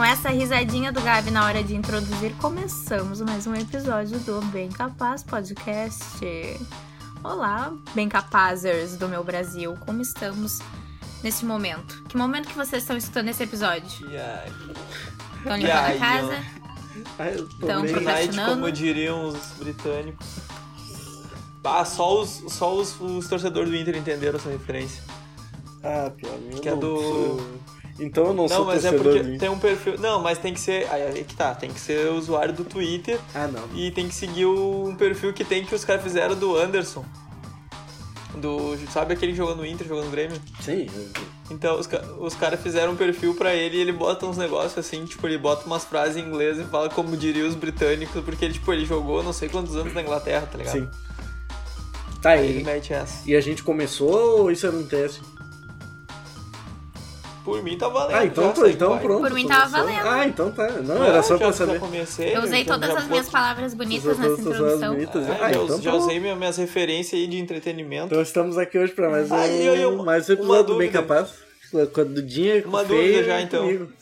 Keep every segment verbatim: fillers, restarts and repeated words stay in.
com essa risadinha do Gabi na hora de introduzir, começamos mais um episódio do Bem Capaz Podcast. Olá, bem capazers do meu Brasil, como estamos nesse momento? Que momento que vocês estão escutando esse episódio? Estão limpando a casa? Estão procrastinando? Como diriam os britânicos. Ah, só os, só os, os torcedores do Inter entenderam essa referência. Ah, pior, eu que é do... Sou... Então eu não, não sou mas torcedor. Não, mas é porque tem um perfil... Não, mas tem que ser... Aí que tá, tem que ser usuário do Twitter. Ah, não. E tem que seguir um perfil que tem que os caras fizeram do Anderson. Do... Sabe aquele que jogou no Inter, jogou no Grêmio? Sim. Então os, os caras fizeram um perfil pra ele e ele bota uns negócios assim, tipo, ele bota umas frases em inglês e fala como diriam os britânicos, porque ele, tipo, ele jogou não sei quantos anos na Inglaterra, tá ligado? Sim. Tá aí. Ele mete essa. E a gente começou ou isso era um teste? Por mim tá valendo. Ah, então, já, então pronto. Por mim tava valendo. Ah, então tá. Não, não era só já, pra já saber. Comecei, eu usei já, todas já as minhas pô... palavras bonitas nessa introdução. Bonitas. É, ah, eu então já tá usei minhas, minhas referências aí de entretenimento. Então estamos aqui hoje pra mais um, ah, eu, eu, mais um episódio do Bem Capaz. Com a Dudinha, uma feio, dúvida já, então. Comigo.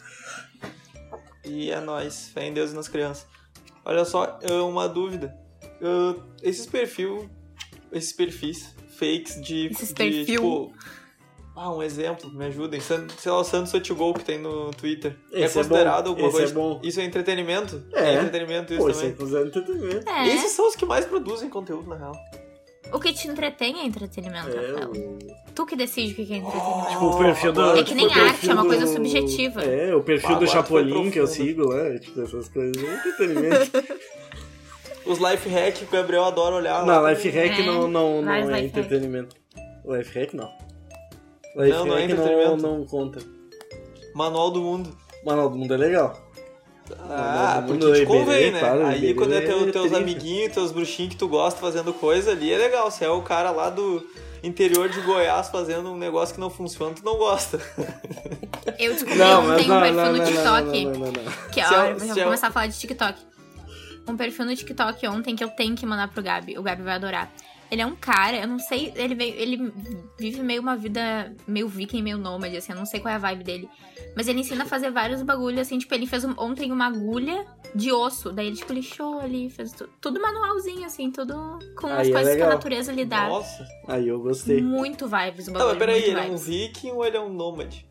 E é nóis. Fé em Deus e nas crianças. Olha só, uma dúvida. Eu, esses perfil, esses perfis fakes de... Esses de, perfil... Tipo, ah, um exemplo, me ajudem. Sei lá, o Santos Sotigol que tem no Twitter. Esse é considerado é alguma Esse coisa? É bom. Isso é entretenimento? É. É entretenimento isso Pô, também? Isso é considerado entretenimento. É. Esses são os que mais produzem conteúdo, na real. O que te entretém é entretenimento, É, Rafael. o... Tu que decide o que é entretenimento. Tipo, o perfil do... É que nem tipo, arte, é uma do... coisa subjetiva. É, o perfil Ah, do agora Chapolin que eu sigo lá, tipo, essas coisas. É entretenimento. Os life hack que o Gabriel adora olhar. Não, lá. life hack É, não, não, não life é hack. entretenimento. Life hack não. Life Não, hack não é entretenimento. Não, não conta. Manual do Mundo. Manual do Mundo é legal. Ah, Manual do porque Mundo te é convém, Iberê, né? claro, Aí Iberê quando é é teu, teus trinta. amiguinhos, teus bruxinhos que tu gosta fazendo coisa ali, é legal. Se é o cara lá do interior de Goiás fazendo um negócio que não funciona, tu não gosta. Eu descobri Não, ontem mas um não, perfil não, no não, TikTok. não, não, não, não. Que, Se ó, é- eu se vou é- começar a falar de TikTok. Um perfil no TikTok ontem que eu tenho que mandar pro Gabi. O Gabi vai adorar. Ele é um cara, eu não sei, ele, veio, ele vive meio uma vida meio viking, meio nômade, assim, eu não sei qual é a vibe dele. Mas ele ensina a fazer vários bagulhos, assim, tipo, ele fez um, ontem uma agulha de osso. Daí ele, tipo, lixou ali, fez tudo, tudo manualzinho, assim, tudo com as Aí é coisas que a legal. natureza lhe dá. Nossa. Aí eu gostei. Muito vibes o Tá, bagulho, mas peraí, muito ele é um vibes. viking ou ele é um nômade?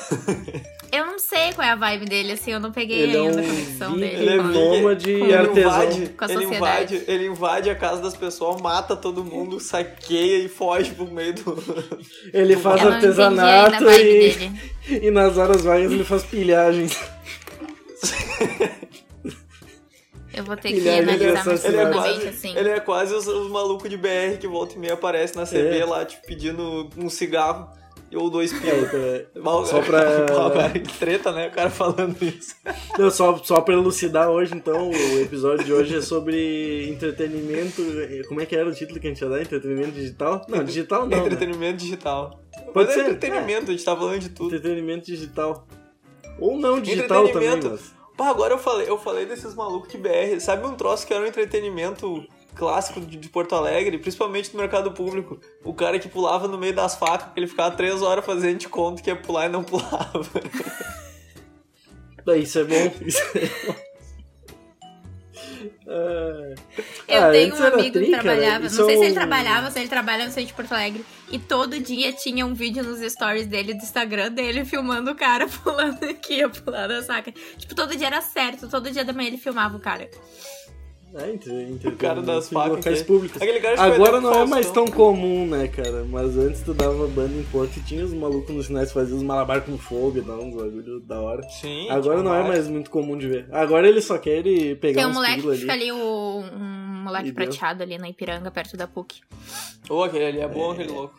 Eu não sei qual é a vibe dele, assim, eu não peguei Ele é ainda um a conexão viking, dele. ele é com- nômade com- e artesão. invade, Com a ele, sociedade. invade, ele invade a casa das pessoas, mata todo mundo, saqueia e foge pro meio do... Ele faz Eu não entendi ainda a artesanato vibe e... dele. e nas horas vagas ele faz pilhagens. Eu vou ter que Ele é- ele é analisar mais assassinato. Ele é profundamente, quase, assim. ele é quase os, os malucos de B R que volta e meia aparece na C B É. lá, tipo, pedindo um cigarro ou dois pila. É, Mal- só pra- Mal, cara, que treta, né? O cara falando isso. Não, só, só pra elucidar hoje, então, o episódio de hoje é sobre entretenimento. Como é que era o título que a gente ia dar? Entretenimento digital? Não, digital não. Né? Entretenimento digital. Pode Mas ser, é entretenimento, a gente tá falando de tudo. Entretenimento digital. Ou não digital também, Entretenimento. mas... Pá, agora eu falei, eu falei desses malucos de B R. Sabe um troço que era um entretenimento clássico de, de Porto Alegre, principalmente no mercado público? O cara que pulava no meio das facas, que ele ficava três horas fazendo de conta que ia pular e não pulava. Isso é bom. Isso é bom. Ah, Eu ah, tenho antes um era amigo tri, que cara. trabalhava, Isso não sei é se ele um- trabalhava, se ele trabalha no centro de Porto Alegre, e todo dia tinha um vídeo nos stories dele, do Instagram dele, filmando o cara pulando aqui, ia pular da saca. Tipo, todo dia era certo, todo dia da manhã ele filmava o cara. É, entre, entre, O cara das entre facas. locais que- públicos. Aquele cara que foi Agora até não pro é mais Faustão. tão comum, né, cara? Mas antes tu dava banda em Porto e tinha os malucos nos sinais que faziam os malabar com fogo e tal, uns bagulho da hora. Sim, Agora tinha não é vários. mais muito comum de ver. Agora ele só quer ele pegar Tem um uns moleque pila que fica ali. ali, o, um moleque E deu. prateado ali na Ipiranga, perto da P U C. Ô, aquele ali é bom, aquele louco.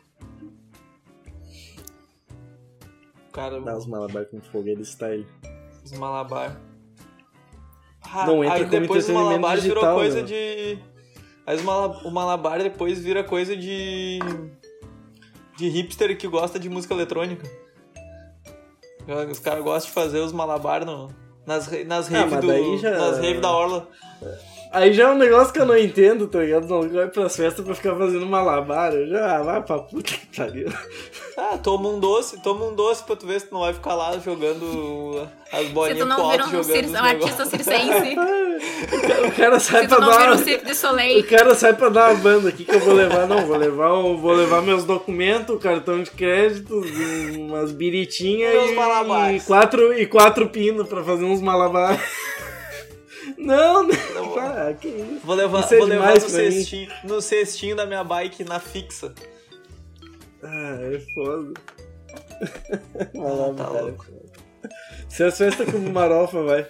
O cara, Dá os malabar com fogo, ele style. os malabar. Ah, Não entra aí como depois o entretenimento malabar virou digital, coisa né? de... Aí os mala- o malabar depois vira coisa de... De hipster que gosta de música eletrônica. Os caras gostam de fazer os malabar no, nas, re- nas Ah, raves mas do... daí já- Nas raves da Orla. Aí já é um negócio que eu não entendo, tá ligado? Não vai pras festas pra ficar fazendo malabar. Eu já, ah, vai pra puta que pariu. Ah, toma um doce, toma um doce pra tu ver se tu não vai ficar lá jogando as Se bolinhas tu não pro vira alto, um, jogando cir... os um artista negócios. circense. O cara sai Se pra tu não dar vira um uma... Cirque du O Soleil. cara sai pra dar uma banda. O que, que eu vou levar? Não, vou levar, um, vou levar meus documentos, cartão de crédito, umas biritinhas Meus e, malabares. e quatro, e quatro pinos pra fazer uns malabares. Não, não. Não. Ah, que isso. Vou levar, Isso é vou levar no, demais pra mim. cestinho, no cestinho da minha bike na fixa. Ah, é foda. Ah, Malabar. tá louco. Se as festas com marofa, vai.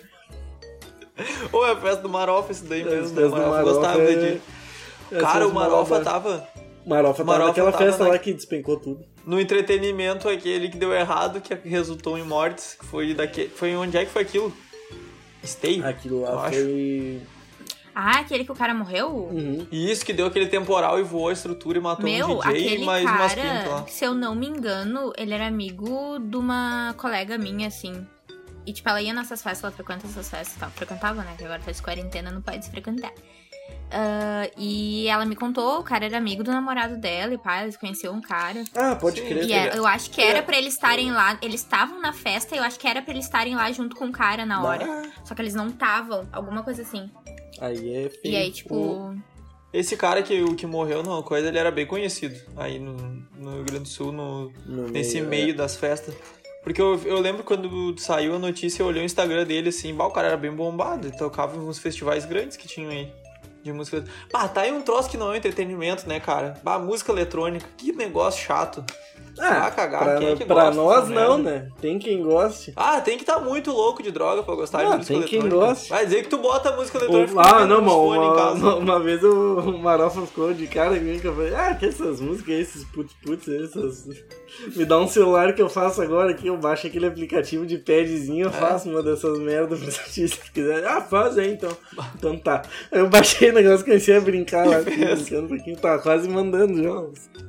Ou é a festa do Marofa, isso daí As mesmo. festas né? do Marofa Marofa gostava é- de... é Cara, as o Marofa malabar. tava Marofa tava Marofa naquela tava festa na- lá que despencou tudo. no entretenimento aquele que deu errado, que resultou em mortes. Que foi daquele... Foi onde é que foi aquilo? Stay? Aquilo eu lá acho. foi... Ah, aquele que o cara morreu? Uhum. E isso que deu aquele temporal e voou a estrutura e matou Meu, um D J e aquele mais umas pintas cara, lá. se eu não me engano, ele era amigo de uma colega minha, assim. E, tipo, ela ia nessas festas, ela frequenta essas festas e tal. Frequentava, né? Que agora tá de quarentena, não pode se frequentar. Ah, e ela me contou, o cara era amigo do namorado dela e pá, eles conheciam um cara. Ah, pode Sim. crer. E é- eu acho que ele era é- pra eles estarem lá. Eles estavam na festa e eu acho que era pra eles estarem lá junto com o cara na hora. Ah, Só que eles não estavam, alguma coisa assim. aí é feio. E aí, tipo. Esse cara que, o que morreu, não, coisa, ele era bem conhecido aí no, no Rio Grande do Sul, no, No nesse meio, meio é. das festas. Porque eu, eu lembro quando saiu a notícia, eu olhei o Instagram dele assim, bah, o cara era bem bombado, ele tocava em uns festivais grandes que tinham aí. De música. Bah, tá aí um troço que não é entretenimento, né, cara? Bah, música eletrônica, que negócio chato. Ah, Vai cagar, pra, quem é que pra gosta nós dessa não, merda? né? Tem quem goste. Ah, tem que estar tá muito louco de droga pra gostar Não, de música tem quem eletrônica. goste. Vai dizer que tu bota a música O- eletrônica ah, no não, mano. fone em Uma, casa. uma, uma vez o, o Marofa ficou de cara comigo que eu falei, ah, que essas músicas, esses putz-putz, essas... Me dá um celular que eu faço agora aqui, eu baixo aquele aplicativo de padzinho, eu É? faço uma dessas merdas pros artistas que quiserem. Ah, faz aí então. Então tá. Aí eu baixei o negócio, comecei a brincar lá, fiquei fez? brincando um pouquinho, tá quase mandando já.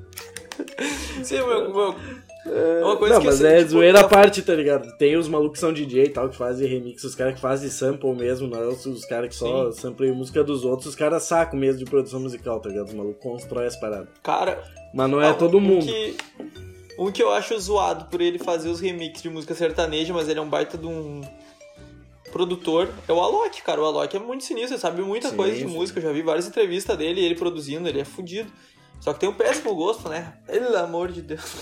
Sim, meu, meu, uma coisa Não, que mas eu sei, é tipo, zoeira eu- à parte, tá ligado? Tem os malucos que são D J e tal, que fazem remix, os caras que fazem sample mesmo, não é os, os caras que só Sim. sampleiam música dos outros, os caras sacam mesmo de produção musical, tá ligado? Os malucos constroem as paradas. Cara, Mas não é ah, todo um mundo. Que, um que eu acho zoado por ele fazer os remixes de música sertaneja, mas ele é um baita de um produtor, é o Alok, cara. O Alok é muito sinistro, ele sabe muita Sim, coisa de sim. música. Eu já vi várias entrevistas dele, ele produzindo, ele é fudido. Só que tem um péssimo gosto, né? Pelo amor de Deus.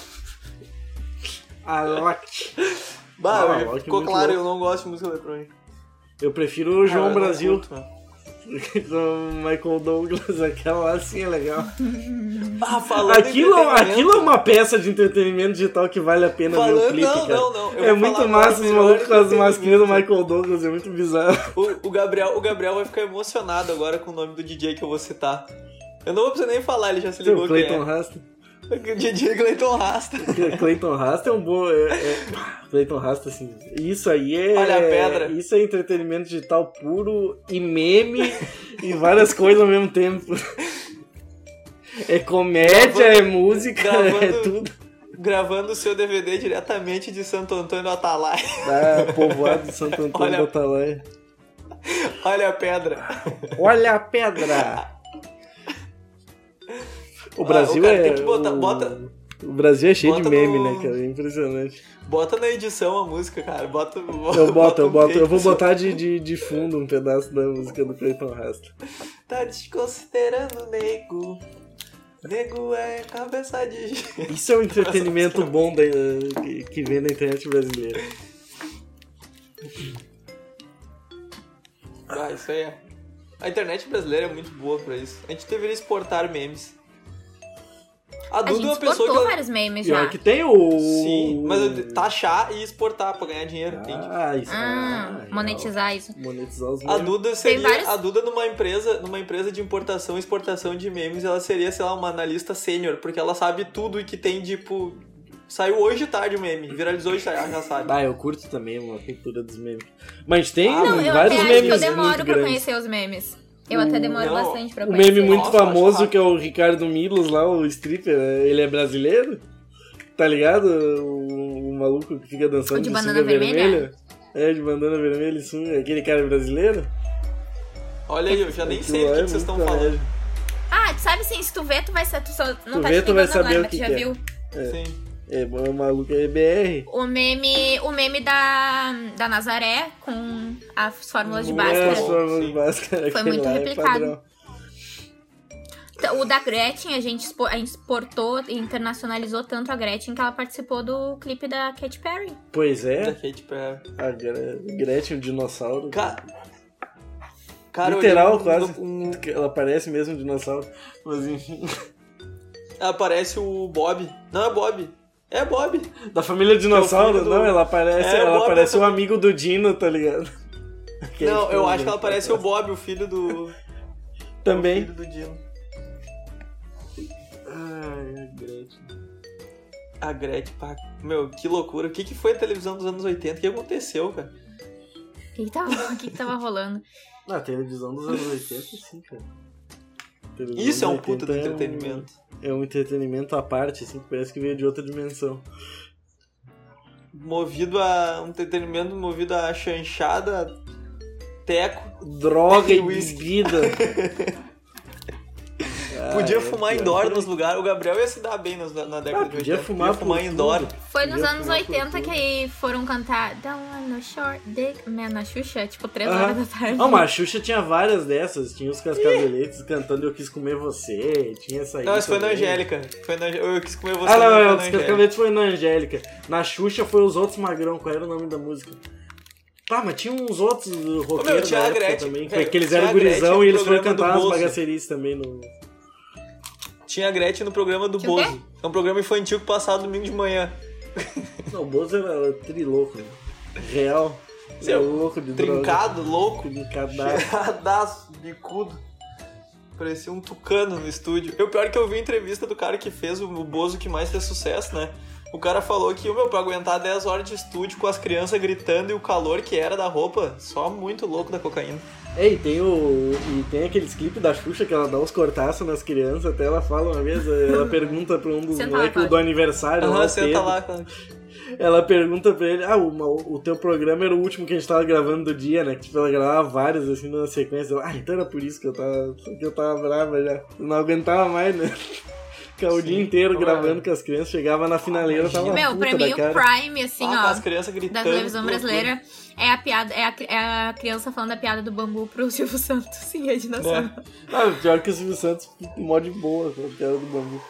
Alok. Bah, Ah, já Alok é ficou muito claro, louco. eu não gosto de música eletrônica. Eu prefiro o João Ah, eu não Brasil curto, né? com o Michael Douglas, aquela lá assim é legal. Ah, falando em Aquilo, entretenimento- aquilo é uma peça de entretenimento digital que vale a pena ver o Falando, clipe, não, cara. não, não. Eu É vou muito falar massa agora os melhor malucos com as masquinhas do entretenimento. Michael Douglas, é muito bizarro. O, o, Gabriel, o Gabriel vai ficar emocionado agora com o nome do D J que eu vou citar. Eu não vou precisar nem falar, ele já se ligou O quem é. Clayton Rasta. O D J Clayton Rasta. Clayton Rasta é um bom. É, é... Clayton Rasta, assim. Isso aí é. Olha a pedra. Isso é entretenimento digital puro e meme e várias coisas ao mesmo tempo. É comédia, Gravando- é música, gravando- é tudo. Gravando o seu D V D diretamente de Santo Antônio do Atalaia. Ah, povoado de Santo Antônio Olha- do Atalaia. Olha a pedra. Olha a pedra! O Brasil Ah, o cara é. tem que botar- o... bota- o Brasil é cheio bota de meme, no- né, cara? É impressionante. Bota na edição a música, cara. Bota. Eu boto, eu um boto. Eu vou peito. botar de, de, de fundo um pedaço da música do Clayton Rasta. Tá desconsiderando nego. Nego é cabeça de. Isso é um entretenimento bom da, que, que vem na internet brasileira. Ah, isso aí é. A internet brasileira é muito boa pra isso. A gente deveria exportar memes. A A Duda é gente uma pessoa exportou que. ela- vários memes Pior já. que tem o. Sim, mas eu- taxar e exportar pra ganhar dinheiro, entende? Ah, isso. Ah, ah, monetizar isso. Monetizar os A memes. Duda seria. vários- A Duda numa empresa, numa empresa de importação e exportação de memes, ela seria, sei lá, uma analista sênior, porque ela sabe tudo e que tem, tipo. Saiu hoje de tarde o meme, viralizou hoje de tarde, ela já sabe. Ah, eu curto também uma cultura dos memes. Mas tem Ah, Não, eu vários até acho que eu memes demoro muito pra grandes. conhecer os memes. Eu até demoro Não, bastante pra O conhecer. meme muito Nossa, eu acho famoso rápido. que é o Ricardo Milos lá, o stripper, ele é brasileiro? Tá ligado? O, o maluco que fica dançando O de de banana sunga vermelha? vermelha. É, de bandana vermelha e sunga. Aquele cara é brasileiro? Olha aí, eu já nem sei Aquilo o que, é que vocês estão muito falando. colégio. Ah, tu sabe assim, se tu vê, tu vai ser. Tu só, não Tu tá vê, te tu vai ligando saber agora, o mas tu que já que é. viu. Sim. É, o maluco é B R. O meme, o meme da, da Nazaré com as fórmulas de É, Bhaskara. As fórmulas Sim. básicas, Foi aquele muito lá é replicado. padrão. O da Gretchen, a gente, expo- a gente exportou e internacionalizou tanto a Gretchen que ela participou do clipe da Katy Perry. Pois Da é, Katy Perry. a Gre- Gretchen, o dinossauro. Ca- Cara, eu Literal, olhei um- quase. um- Ela parece mesmo um dinossauro. Mas enfim. Aparece o Bob. Não é Bob. É Bob. Da família dinossauro? filho do- Não, ela parece, É, ela Bob parece é o amigo do Dino, tá ligado? Aquele Não, eu filme, acho que ela né? parece o Bob, o filho do. O Também. filho do Dino. Ai, a Gretchen. A Gretchen, pá. Meu, que loucura. O que, que foi a televisão dos anos oitenta? O que aconteceu, cara? O que, que, tava, o que, que tava rolando? Ah, a televisão dos anos oitenta, sim, cara. Televisão Isso é um dos puta do oitenta é um- entretenimento. É um entretenimento à parte, assim, que parece que veio de outra dimensão. Movido a. Um entretenimento movido a chanchada, teco. Droga e Whisky. bebida. Podia Ah, fumar é, indoor pior nos que- lugares. O Gabriel ia se dar bem nas- na, década Ah, de podia oitenta. fumar podia fumar por indoor. tudo. Foi nos Podia anos fumar por oitenta tudo. que foram cantar Don't Want No Short Dick Man na Xuxa, tipo, três Aham. horas da tarde. Ah, mas a Xuxa tinha várias dessas. Tinha os cascaveletes cantando Eu Quis Comer Você. Tinha essa aí. Não, isso foi na também. Angélica. Foi na, eu quis comer você. Ah, não, foi é, na os Angélica. cascaveletes foi na Angélica. Na Xuxa foi Os Outros Magrão. Qual era o nome da música? Tá, mas tinha uns outros roqueiros tinha na a época Gretchen, também. velho, Que eles tinha eram a Gretchen gurizão no e eles foram programa do cantar umas Bozo. bagacerices também no... Tinha a Gretchen no programa do Tinha o quê? Bozo. É um programa infantil que passava domingo de manhã. Não, o Bozo era trilouco. Né? Real. Seu É louco de droga. Trincado, louco, Trincadaço. cheiradaço, bicudo. Parecia um tucano no estúdio. E o pior é que eu vi a entrevista do cara que fez o, o Bozo que mais fez sucesso, né? O cara falou que, meu, pra aguentar dez horas de estúdio com as crianças gritando e o calor que era da roupa, só muito louco da cocaína. Ei, tem o. E tem aqueles clipes da Xuxa que ela dá uns cortaços nas crianças, até ela fala uma vez, ela pergunta pra um dos Senta lá, moleques Cláudio. do aniversário. lá, Aham, o senta Pedro. lá. cara. Ela pergunta pra ele, ah, o, o teu programa era o último que a gente tava gravando do dia, né? Que tipo, ela gravava vários assim na sequência. Ela, ah, então era por isso que eu tava. que eu tava brava já. Eu não aguentava mais, né? Ficava o Sim, dia inteiro não gravando é. com as crianças, chegava na finaleira, tava uma Meu, puta pra mim da cara. o Prime, assim, Ah, ó, as crianças gritando. da televisão que loucura. brasileira é a piada, é a, é a criança falando a piada do bambu pro Silvio Santos, sim, é de nação. É. Ah, pior que o Silvio Santos, mó de boa, com a piada do bambu.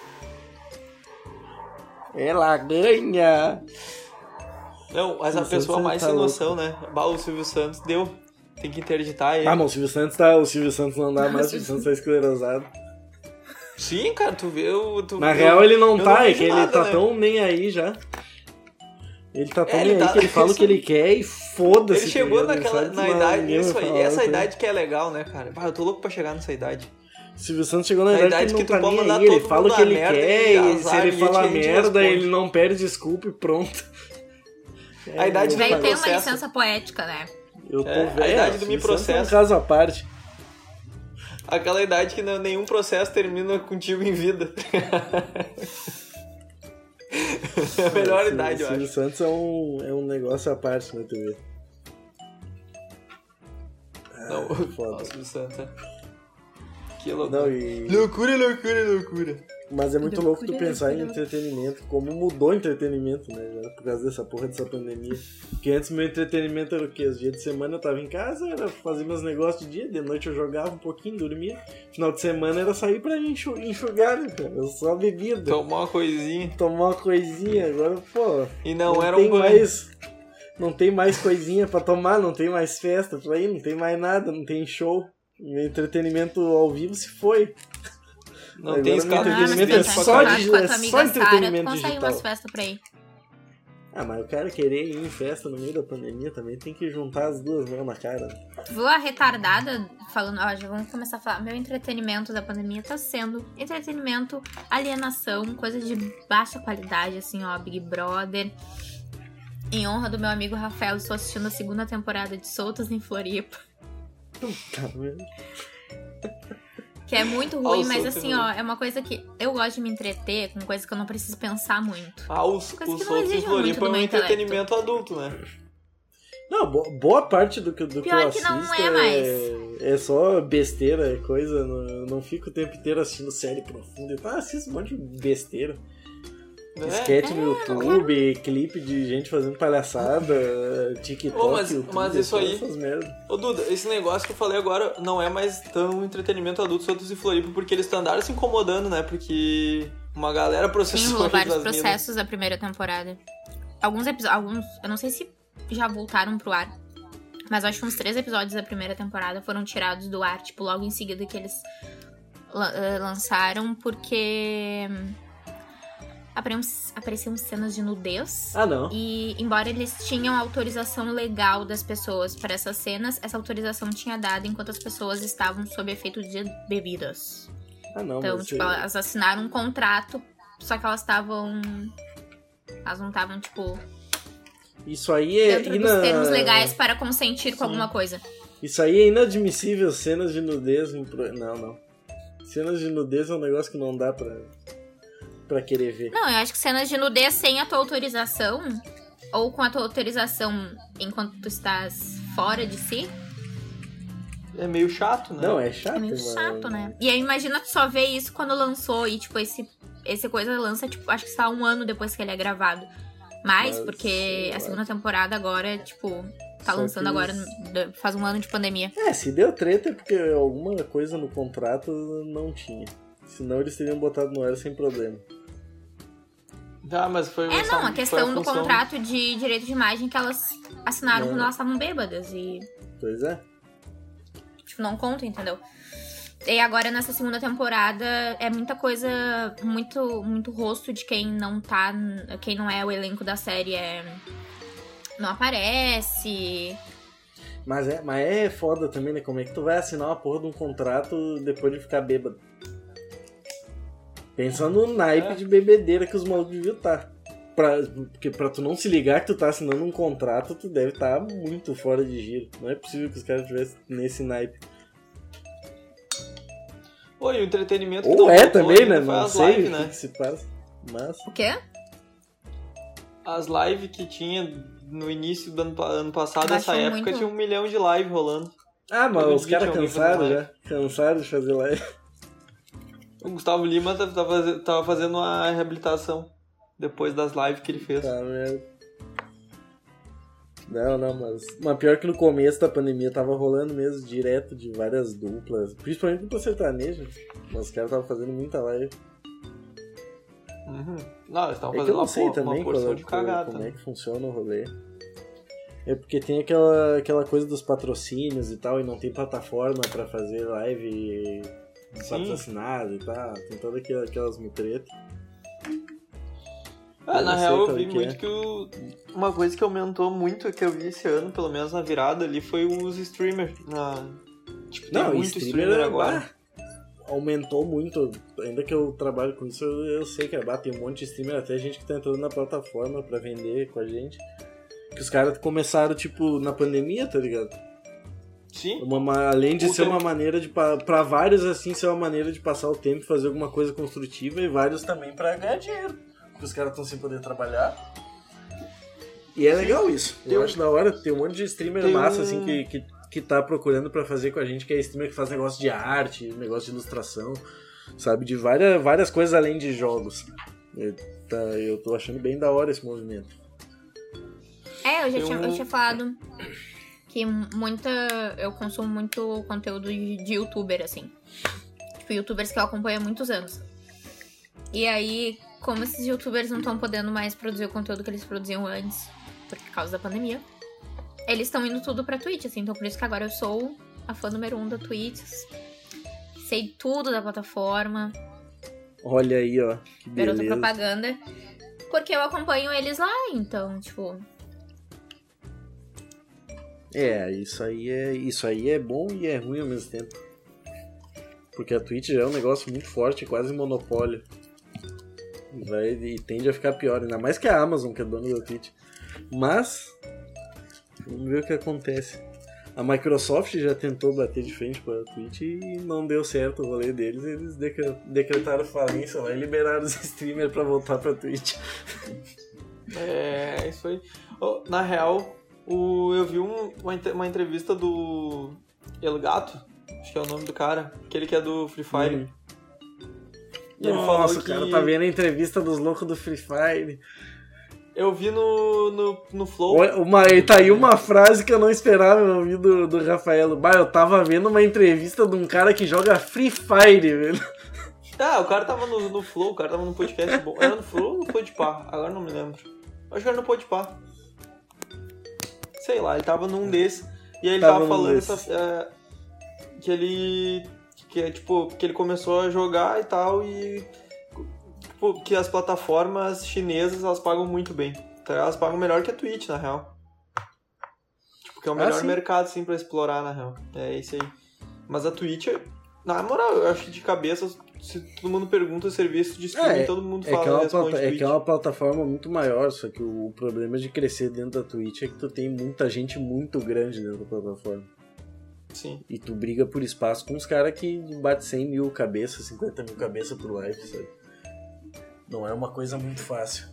Ela ganha! Não, mas a Silvio pessoa Santos mais tá sem louco. noção, né? Bah, o Silvio Santos deu. Tem que interditar ele. Ah, mas o Silvio Santos tá. O Silvio Santos não dá mais, o Silvio Santos tá esclerosado. Sim, cara, tu vê o... Tu Na vê real o- ele não eu tá, é vejo que ele nada, tá né? tão nem aí já. Ele tá tão É, nem ele aí tá- que ele fala o que ele quer e foda-se. Ele chegou tá ligado? naquela, Ele sabe na que idade, ninguém vai isso aí, falar essa outra. idade que é legal, né, cara? Bah, eu tô louco pra chegar nessa idade. O Silvio Santos chegou na Na idade, idade que ele que não tu tá pode nem mandar aí, ele todo fala o mundo que a ele merda quer e e azar, se ele e fala a gente merda, responde. ele não perde desculpa e pronto. A idade O do velho me tem uma processo. licença poética, né? Eu tô É, a velho, idade do o Silvio me Santos é um processo. caso à parte. Aquela idade que não- nenhum processo termina contigo em vida. É a melhor O idade, eu Silvio acho. Santos é um, é um negócio à parte na T V. Não, Ah, foda. nossa, o Santos. é- Que loucura. Não, e... Loucura, loucura, loucura. Mas é muito Loucura, louco tu pensar em loucura. entretenimento, como mudou o entretenimento, né? já, Por causa dessa porra dessa pandemia. Porque antes meu entretenimento era o quê? Os dias de semana eu tava em casa, era fazer meus negócios de dia, de noite eu jogava um pouquinho, dormia. Final de semana era sair pra enxu- enxugar, né, cara? Eu só bebida. Tomar uma coisinha. Tomar uma coisinha, agora, pô. E não, era tem um banho. mais. Não tem mais coisinha pra tomar, não tem mais festa pra ir, não tem mais nada, não tem show. Meu entretenimento ao vivo se foi. Não Agora tem meu escada de entretenimento Ah, é mas espírito tu só pra tá de- com a é tua só amiga Sara, tu entretenimento consegue digital. umas festas pra ir. Ah, mas o cara querer ir em festa no meio da pandemia também tem que juntar as duas mãos na cara. Tu viu a retardada falando, ó, já vamos começar a falar, meu entretenimento da pandemia tá sendo entretenimento, alienação, coisa de baixa qualidade, assim, ó, Big Brother. Em honra do meu amigo Rafael, estou assistindo a segunda temporada de Soltas em Floripa. Tá vendo? Que é muito Ah, ruim, o mas Soltas assim, em ó, é uma coisa que eu gosto de me entreter com coisa que eu não preciso pensar muito. Ah, os, Coisa os que não outros exige Floripa muito é do um meu intelecto. entretenimento adulto, né? Não, bo- boa parte do que, do que Pior eu que assisto não é mais. é, é só besteira, é coisa. Não, eu não fico o tempo inteiro assistindo série profunda. Ah, assisto um monte de besteira. É, Sketch no é, YouTube, clipe de gente fazendo palhaçada, TikTok, Ô, mas- YouTube, mas isso aí- essas merda. Ô Duda, esse negócio que eu falei agora não é mais tão entretenimento adulto Santos e Floripa, porque eles andaram se incomodando, né? Porque uma galera Sim, processou rolou eles vários das minas. processos da primeira temporada. Alguns episódios, alguns, eu não sei se já voltaram pro ar, mas acho que uns três episódios da primeira temporada foram tirados do ar, tipo, logo em seguida que eles la- eh, lançaram, porque apareciam, apareciam cenas de nudez. Ah, não. E, embora eles tinham autorização legal das pessoas para essas cenas, essa autorização tinha dado enquanto as pessoas estavam sob efeito de bebidas. Ah, não, Então, mas tipo, é- elas assinaram um contrato, só que elas estavam... Elas não estavam, tipo, isso aí é dentro ina- dos termos legais para consentir com Sim. alguma coisa. Isso aí é inadmissível, cenas de nudez em pro- não, não. Cenas de nudez é um negócio que não dá pra, pra querer ver. Não, eu acho que cenas de nudez sem a tua autorização, ou com a tua autorização enquanto tu estás fora de si, É meio chato, né? Não, é chato, é meio mano. chato, né? E aí imagina tu só ver isso quando lançou e, tipo, esse, esse coisa lança, tipo, acho que só um ano depois que ele é gravado. Mas, Mas, porque sei a lá. segunda temporada agora, tipo, tá Só lançando que agora, eles- faz um ano de pandemia. É, se deu treta é porque alguma coisa no contrato não tinha. Senão eles teriam botado no ar sem problema. Ah, mas foi É, essa- não, a foi questão do função- contrato de direito de imagem que elas assinaram Não. quando elas estavam bêbadas e, Pois é. tipo, não conta, entendeu? E agora, nessa segunda temporada, é muita coisa, muito, muito rosto de quem não tá, quem não é o elenco da série, é, não aparece. Mas é, mas é foda também, né? Como é que tu vai assinar uma porra de um contrato depois de ficar bêbado? Pensa no naipe É. de bebedeira que os malucos deviam estar. Pra, porque pra tu não se ligar que tu tá assinando um contrato, tu deve estar muito fora de giro. Não é possível que os caras estivessem nesse naipe. Oi, o entretenimento que Ou não é faltou também, ainda né? foi Não as sei lives, o que, né? que se passa. Mas... O quê? As lives que tinha no início do ano, pa- ano passado, Baixou nessa época, muito. tinha um milhão de lives rolando. Ah, mas Todo os dia caras tinha alguém cansaram fazendo já. Cansaram de fazer live. O Gustavo Lima tava, tava, tava fazendo uma reabilitação depois das lives que ele fez. Tá, merda. Não, não, mas... Mas pior que no começo da pandemia tava rolando mesmo direto de várias duplas. Principalmente dupla sertaneja. Mas os caras estavam fazendo muita live. Uhum. Não, eles estavam É que fazendo eu não uma, sei por- também uma porção qual- de qual- cagada. como é né? que funciona o rolê. É porque tem aquela, aquela coisa dos patrocínios e tal, e não tem plataforma pra fazer live Sim. patrocinada e tal. Tem todas aquelas, aquelas mutretas. Ah, Eu na não real, sei eu qual vi que muito é. que o... uma coisa que aumentou muito, que eu vi esse ano, pelo menos na virada ali, foi os streamers. Na... Tipo, tem Não, muito streamer, streamer agora agora. aumentou muito. Ainda que eu trabalho com isso, eu, eu sei que é, bah, tem um monte de streamer, até gente que tá entrando na plataforma pra vender com a gente. Que os caras começaram, tipo, na pandemia, tá ligado? Sim. Uma, uma- além de O ser tempo- uma maneira de... pa- Pra vários, assim, ser uma maneira de passar o tempo e fazer alguma coisa construtiva, e vários também pra ganhar dinheiro. Porque os caras estão sem poder trabalhar. E é legal isso. Tem Eu um- acho da hora. Tem um monte de streamer tem massa, um- assim, que, que, que tá procurando pra fazer com a gente, que é streamer que faz negócio de arte, negócio de ilustração, sabe? De várias, várias coisas além de jogos. Eu, tá, eu tô achando bem da hora esse movimento. É, eu já Tem tinha, um- eu tinha falado que muita. Eu consumo muito conteúdo de, de youtuber, assim. Tipo, youtubers que eu acompanho há muitos anos. E aí, como esses youtubers não estão podendo mais produzir o conteúdo que eles produziam antes, por causa da pandemia, eles estão indo tudo pra Twitch, assim. Então por isso que agora eu sou a fã número um da Twitch. Sei tudo da plataforma. Olha aí, ó. Que Garota beleza. propaganda. Porque eu acompanho eles lá, então, tipo. É, isso aí é, isso aí é bom e é ruim ao mesmo tempo. Porque a Twitch já é um negócio muito forte, quase monopólio. Vai, e tende a ficar pior, ainda mais que a Amazon, que é dona da Twitch. Mas, vamos ver o que acontece. A Microsoft já tentou bater de frente com a Twitch e não deu certo o rolê deles. Eles decre- decretaram falência lá e liberaram os streamers pra voltar pra Twitch. É, isso aí. Oh, na real, o, eu vi um- uma, ent- uma entrevista do El Gato, Acho que é o nome do cara. Aquele que é do Free Fire. Hum. E ele Nossa, falou o cara que... tá vendo a entrevista dos loucos do Free Fire. Eu vi no, no, no Flow. Olha, uma, tá aí uma frase que eu não esperava ouvir do, do Rafaelo. Bah, eu tava vendo uma entrevista de um cara que joga Free Fire, velho. Ah, o cara tava no, no Flow, o cara tava no podcast bom. Era no Flow ou no Podpah? Agora não me lembro. Acho que era no Podpah. Sei lá, ele tava num desses. E aí ele tava, tava falando essa, é, que ele... Que é tipo, que ele começou a jogar e tal e... Tipo, que as plataformas chinesas, elas pagam muito bem. Então, elas pagam melhor que a Twitch, na real. Tipo, que é o melhor ah, mercado, assim, pra explorar, na real. É esse aí. Mas a Twitch, na moral, eu acho que de cabeça, se todo mundo pergunta o serviço de streaming, é, todo mundo é fala, que é uma responde plata- Twitch. É que é uma plataforma muito maior, só que o problema de crescer dentro da Twitch é que tu tem muita gente muito grande dentro da plataforma. Sim. E tu briga por espaço com os caras que bate cem mil cabeças, cinquenta mil cabeças por live, sabe? Não é uma coisa muito fácil.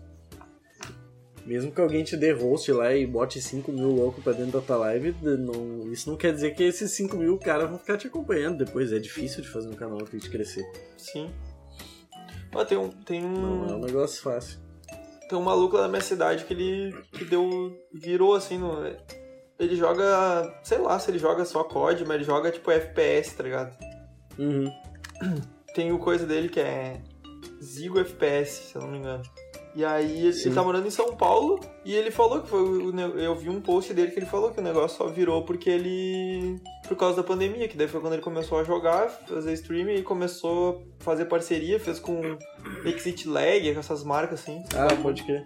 Mesmo que alguém te dê host lá e bote cinco mil loucos pra dentro da tua live, não, isso não quer dizer que esses cinco mil caras vão ficar te acompanhando depois. É difícil de fazer um canal pra te crescer. Sim. Ó, tem um... Tem um... Não é um negócio fácil. Tem um maluco lá na minha cidade que ele que deu, virou assim no... Ele joga... Sei lá se ele joga só C O D, mas ele joga tipo F P S, tá ligado? Uhum. Tem o coisa dele que é... Zigo F P S, se eu não me engano. E aí ele, ele tá morando em São Paulo e ele falou que foi o, eu vi um post dele que ele falou que o negócio só virou porque ele... Por causa da pandemia, que daí foi quando ele começou a jogar, fazer streaming e começou a fazer parceria, fez com Exit Lag, com essas marcas assim. Ah, pode crer.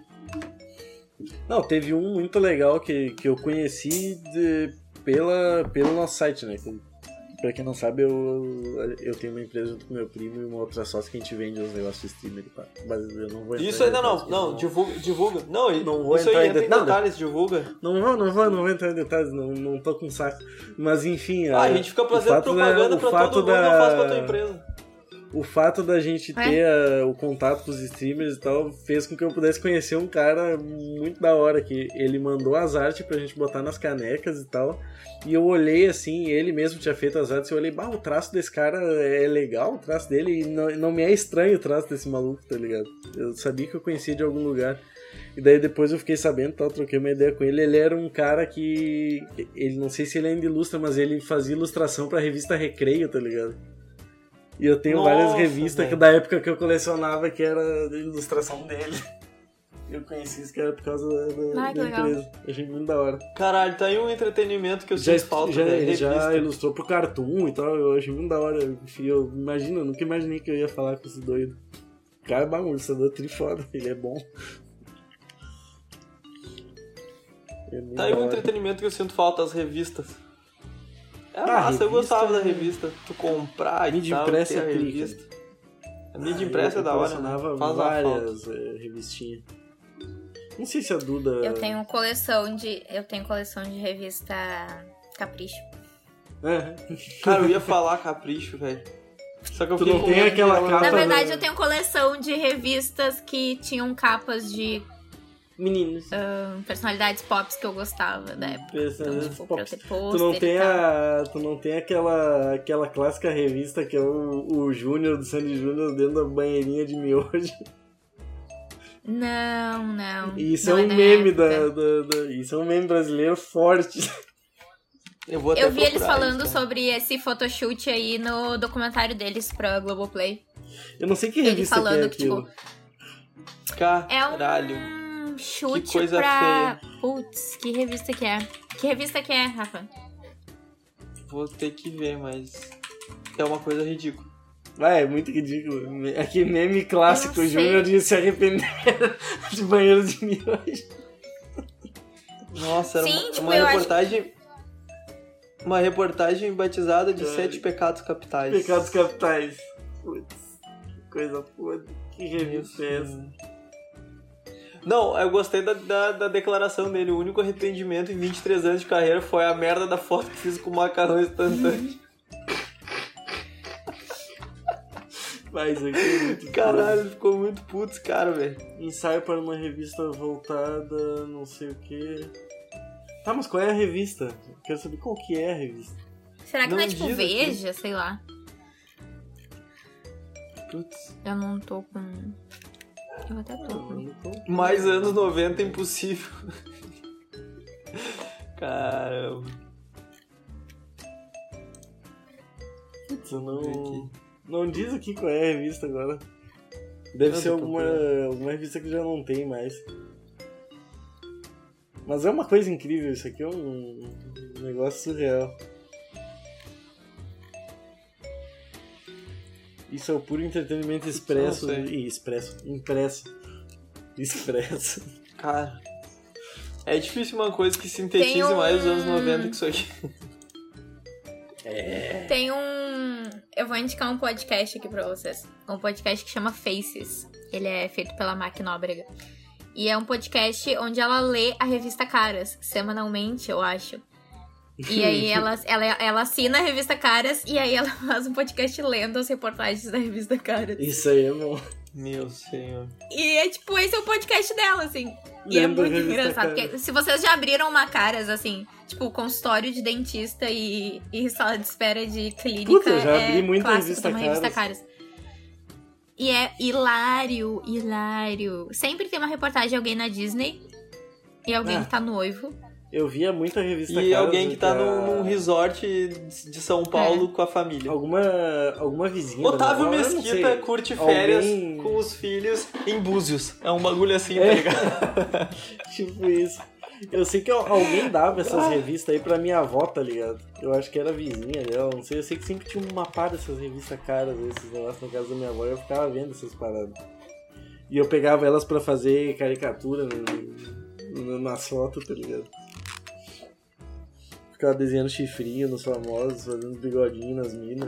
Não, teve um muito legal que, que eu conheci de, pela, pelo nosso site, né? Pra quem não sabe, eu, eu tenho uma empresa junto com meu primo e uma outra sócia que a gente vende os negócios de streamer. Mas eu não vou entrar Isso ainda não, não, não, divulga, divulga. Não, não vou isso entrar aí em entra detalhes. em detalhes, divulga. Não vou, não vou, não vou entrar em detalhes, não, não tô com saco. Mas enfim... Ah, a, a gente fica fazendo propaganda da, pra todo mundo, da... não faz pra tua empresa. O fato da gente ter é? a, o contato com os streamers e tal fez com que eu pudesse conhecer um cara muito da hora, que ele mandou as artes pra gente botar nas canecas e tal, e eu olhei assim, ele mesmo tinha feito as artes, e eu olhei, bah, o traço desse cara é legal, o traço dele, e não, não me é estranho o traço desse maluco, tá ligado? Eu sabia que eu conhecia de algum lugar. E daí depois eu fiquei sabendo, tal, troquei uma ideia com ele. Ele era um cara que... ele não sei se ele ainda ilustra, mas ele fazia ilustração pra revista Recreio, tá ligado? E eu tenho Nossa, várias revistas que, da época que eu colecionava que era a ilustração dele. Eu conheci isso que era por causa da, da, Ai, da empresa. Achei muito da hora. Caralho, tá aí um entretenimento que eu já, sinto falta. Já, né? Ele já ilustrou pro Cartoon e tal, eu achei muito da hora. Eu, imagina, eu nunca imaginei que eu ia falar com esse doido. O cara é um ilustrador trifoda, ele é bom. É tá aí um entretenimento que eu sinto falta, as revistas. É ah, massa, revista, eu gostava da revista. Tu comprar e mídia tal, impressa ter a clica. revista. A mídia ah, impressa é da hora, né? Faz várias revistinhas. Não sei se a Duda... Eu tenho coleção de... Eu tenho coleção de revista Capricho. É. Cara, eu ia falar Capricho, velho. Só que eu tu não tem aquela de... capa... Na verdade, da... eu tenho coleção de revistas que tinham capas de... Meninos. Uh, personalidades pop que eu gostava da época. Personalidades então, tipo, pop. Tu não tem a, tu não tem aquela, aquela clássica revista que é o, o Júnior do Sandy Júnior dentro da banheirinha de miojo? Não, não. Isso não é um é meme da, da, da, isso é um meme brasileiro forte. Eu, vou até eu vi eles falando isso, sobre esse photoshoot aí no documentário deles pra Globoplay. Eu não sei que revista Ele falando que é que, aquilo. Tipo, caralho. É um chute que coisa pra... feia. Putz, que revista que é? Que revista que é, Rafa? Vou ter que ver, mas é uma coisa ridícula. Ah, é muito ridículo. Aquele meme clássico, o sei. Júnior de se arrepender de banheiro de miojo. Nossa, era Sim, uma, tipo, uma eu reportagem... Acho... Uma reportagem batizada de é. Sete Pecados Capitais. Pecados Capitais. Putz, que coisa podre. Que revista é essa? Não, eu gostei da, da, da declaração dele. O único arrependimento em vinte e três anos de carreira foi a merda da foto que fiz com o macarrão instantâneo. Mas aqui é muito Caralho, ele ficou muito puto esse cara, velho. Ensaio para uma revista voltada, não sei o que. Tá, mas qual é a revista? Quero saber qual que é a revista. Será que não, Não é tipo diz Veja, sei lá? Putz. Eu não tô com... Eu até tô com... Mais anos noventa impossível. Caramba. Putz, eu não... Não diz aqui qual é a revista agora. Deve Eu ser tô alguma, procurando. alguma revista que já não tem mais. Mas é uma coisa incrível, isso aqui é um, um negócio surreal. Isso é o puro entretenimento expresso. Não sei. Ih, expresso. Impresso. Expresso. Cara, é difícil uma coisa que sintetize Tem um- mais os anos noventa que isso aqui. É. Tem um... Eu vou indicar um podcast aqui pra vocês. Um podcast que chama Faces. Ele é feito pela Mac Nóbrega. E é um podcast onde ela lê a revista Caras, semanalmente, eu acho. E aí ela, ela, ela assina a revista Caras e aí ela faz um podcast lendo as reportagens da revista Caras. Isso aí é bom. Meu senhor. E é tipo, esse é o podcast dela, assim. E é Lendo a muito revista engraçado, Caras. porque se vocês já abriram uma Caras, assim, tipo, consultório de dentista e, e sala de espera de clínica, Puta, eu já é abri muita clássico revista ter uma revista Caras. Caras. E é hilário, hilário. Sempre tem uma reportagem de alguém na Disney e alguém Ah. que tá noivo. Eu via muita revista E Caras, alguém que tá a- num, num resort de São Paulo com a família. Alguma, alguma vizinha. Otávio da minha avó, eu não Mesquita sei. curte férias Alguém- com os filhos em Búzios. É um bagulho assim, É. tá ligado? Tipo isso. Eu sei que al- alguém dava essas revistas aí pra minha avó, tá ligado? Eu acho que era vizinha dela, não sei. Eu sei que sempre tinha uma par dessas revistas caras, esses negócios na casa da minha avó, e eu ficava vendo essas paradas. E eu pegava elas pra fazer caricatura no, no, nas fotos, tá ligado? Ficava desenhando chifrinho nos famosos, fazendo bigodinho nas minas.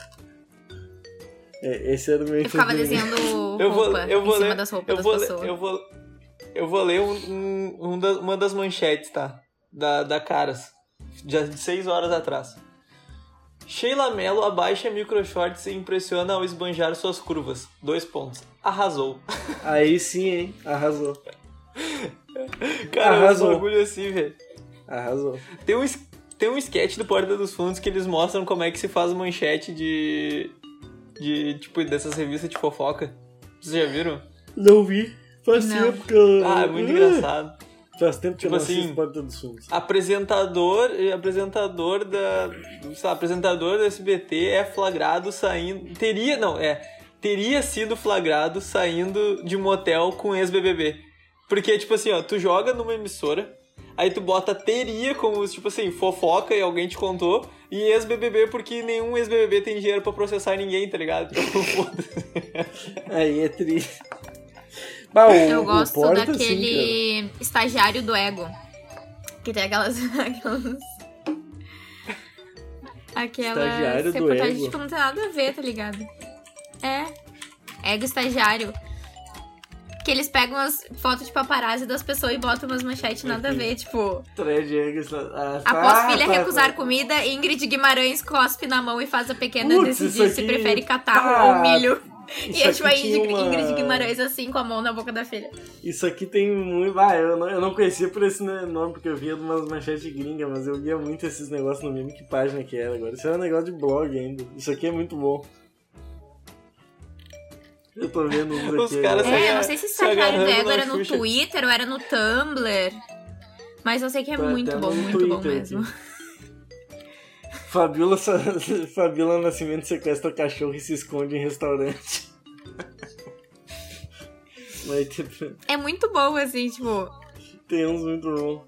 É, esse era o meu Eu ficava entretenimento. desenhando Eu vou, roupa eu vou em cima ler, das roupas eu das vou, ler- pessoas. eu vou, eu vou ler um, um, um da- uma das manchetes, tá? Da, da Caras, de, de seis horas atrás. Sheila Mello abaixa microshorts e impressiona ao esbanjar suas curvas. Dois pontos. Arrasou. Aí sim, hein? Arrasou. Cara, Arrasou. é um bagulho assim, velho. Arrasou. Tem um, es- tem um sketch do Porta dos Fundos que eles mostram como é que se faz manchete de... De, tipo, dessas revistas de fofoca. Vocês já viram? Não vi. Faz Não. tempo que eu... Ah, é muito engraçado. Faz tempo que Tipo eu não assim, assisto Porta dos Fundos. Apresentador, apresentador da, sei lá, apresentador do S B T é flagrado saindo, teria, não, é, teria sido flagrado saindo de motel com ex-B B B. Porque, tipo assim, ó, tu joga numa emissora, aí tu bota teria como, tipo assim, fofoca e alguém te contou, e ex-B B B porque nenhum ex-B B B tem dinheiro pra processar ninguém, tá ligado? Então, foda-se. Aí é triste. Bah, o, Eu o gosto Porta, daquele assim, estagiário do Ego. Que tem aquelas. aquelas... Aquelas Estagiário do reportagens Ego. que não tem nada a ver, tá ligado? É. Ego estagiário. Que eles pegam as fotos de paparazzi das pessoas e botam umas manchetes nada a ver, tipo... cara. Thread Eggs, ah, Após tá, filha tá, recusar tá. comida, Ingrid Guimarães cospe na mão e faz a pequena Putz, decidir isso se aqui- prefere catarro Ah, ou milho. isso E é tipo a aqui tinha Ingrid, uma- Ingrid Guimarães assim, com a mão na boca da filha. Isso aqui tem muito... Ah, eu não, eu não conhecia por esse nome, porque eu via umas manchetes gringas, mas eu via muito esses negócios no meme, que página que era agora. Isso era um negócio de blog ainda. Isso aqui é muito bom. Eu tô vendo uns Os aqui. caras agora. É, se não sei se se estagiário do agarrando Ego na era no Xuxa. Twitter ou era no Tumblr. Mas eu sei que é Tá muito até bom, no muito bom Twitter mesmo. aqui. Fabiola, Sa- Fabiola Nascimento sequestra cachorro e se esconde em restaurante. Mas tipo, É muito bom, assim, tipo... tem uns muito bons.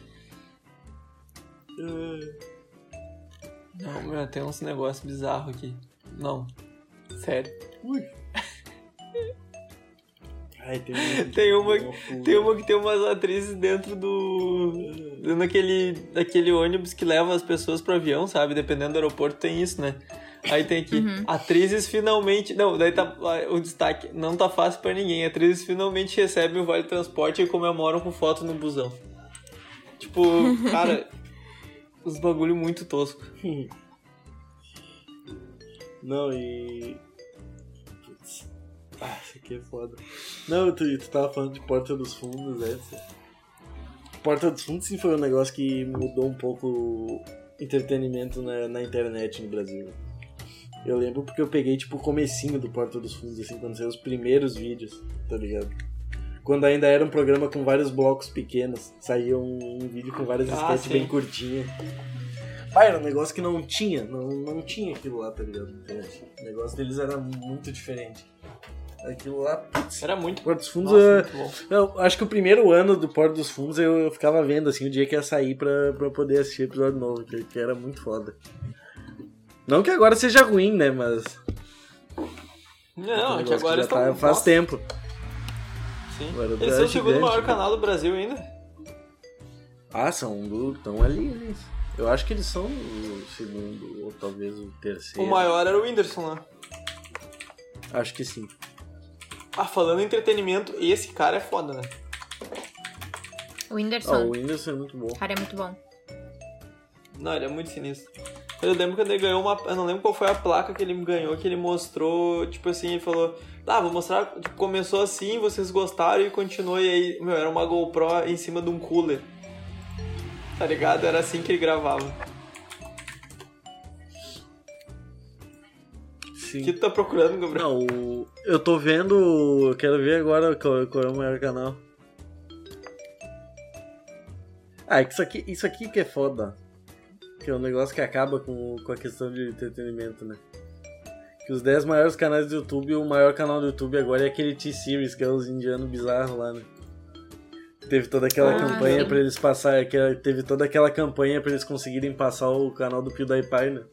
Não, meu, tem uns negócios bizarros aqui. Não, sério. Ui. Ai, tem, muito Tem uma, bom. tem uma que tem umas atrizes dentro do... Naquele, naquele ônibus que leva as pessoas pro avião, sabe? Dependendo do aeroporto tem isso, né? Aí tem aqui, Uhum. atrizes finalmente... Não, daí tá o destaque. Não tá fácil pra ninguém. Atrizes finalmente recebem o vale transporte e comemoram com foto no busão. Tipo, cara... Os bagulho muito tosco. Não, e... Putz. Ah, isso aqui é foda. Não, tu, tu tava falando de Porta dos Fundos, essa. Porta dos Fundos sim foi um negócio que mudou um pouco entretenimento na, na internet no Brasil. Eu lembro porque eu peguei, tipo, o comecinho do Porta dos Fundos, assim, quando saiu os primeiros vídeos, tá ligado? Quando ainda era um programa com vários blocos pequenos, saía um, um vídeo com várias Ah, sketches sim. bem curtinhas. Pai, era um negócio que não tinha, não, não tinha aquilo lá, tá ligado? O negócio deles era muito diferente. Aquilo lá, putz, Era muito. Porta dos Fundos, Nossa, eu, muito bom. eu acho que o primeiro ano do Porta dos Fundos eu, eu ficava vendo, assim, o dia que ia sair pra, pra poder assistir episódio novo, que, que era muito foda. Não que agora seja ruim, né, mas... Não, um é que negócio agora já eles tá, estão... faz Nossa, tempo. Sim. Agora Eles tá são o segundo gigante, maior né? canal do Brasil ainda. Ah, são do... Estão ali, eles. Eu acho que eles são o segundo, ou talvez o terceiro. O maior era o Whindersson lá. Acho que sim. Ah, falando em entretenimento, esse cara é foda, né? O Ah, Whindersson. o Whindersson é muito bom. O cara é muito bom. Não, ele é muito sinistro. Eu lembro quando ele ganhou uma... Eu não lembro qual foi a placa que ele ganhou, que ele mostrou, tipo assim, ele falou... Ah, vou mostrar... Tipo, começou assim, vocês gostaram e continuou. E aí, meu, era uma GoPro em cima de um cooler. Tá ligado? Era assim que ele gravava. Sim. O que tu tá procurando, Gabriel? Não, o... eu tô vendo... Eu quero ver agora qual, qual é o maior canal. Ah, é que isso aqui, isso aqui que é foda. Que é um negócio que acaba com, com a questão de entretenimento, né? Que os dez maiores canais do YouTube, o maior canal do YouTube agora é aquele T-Series, que é os indianos bizarros lá, né? Teve toda aquela Ah, campanha sim. pra eles passar, que teve toda aquela campanha pra eles conseguirem passar o canal do PewDiePie, né?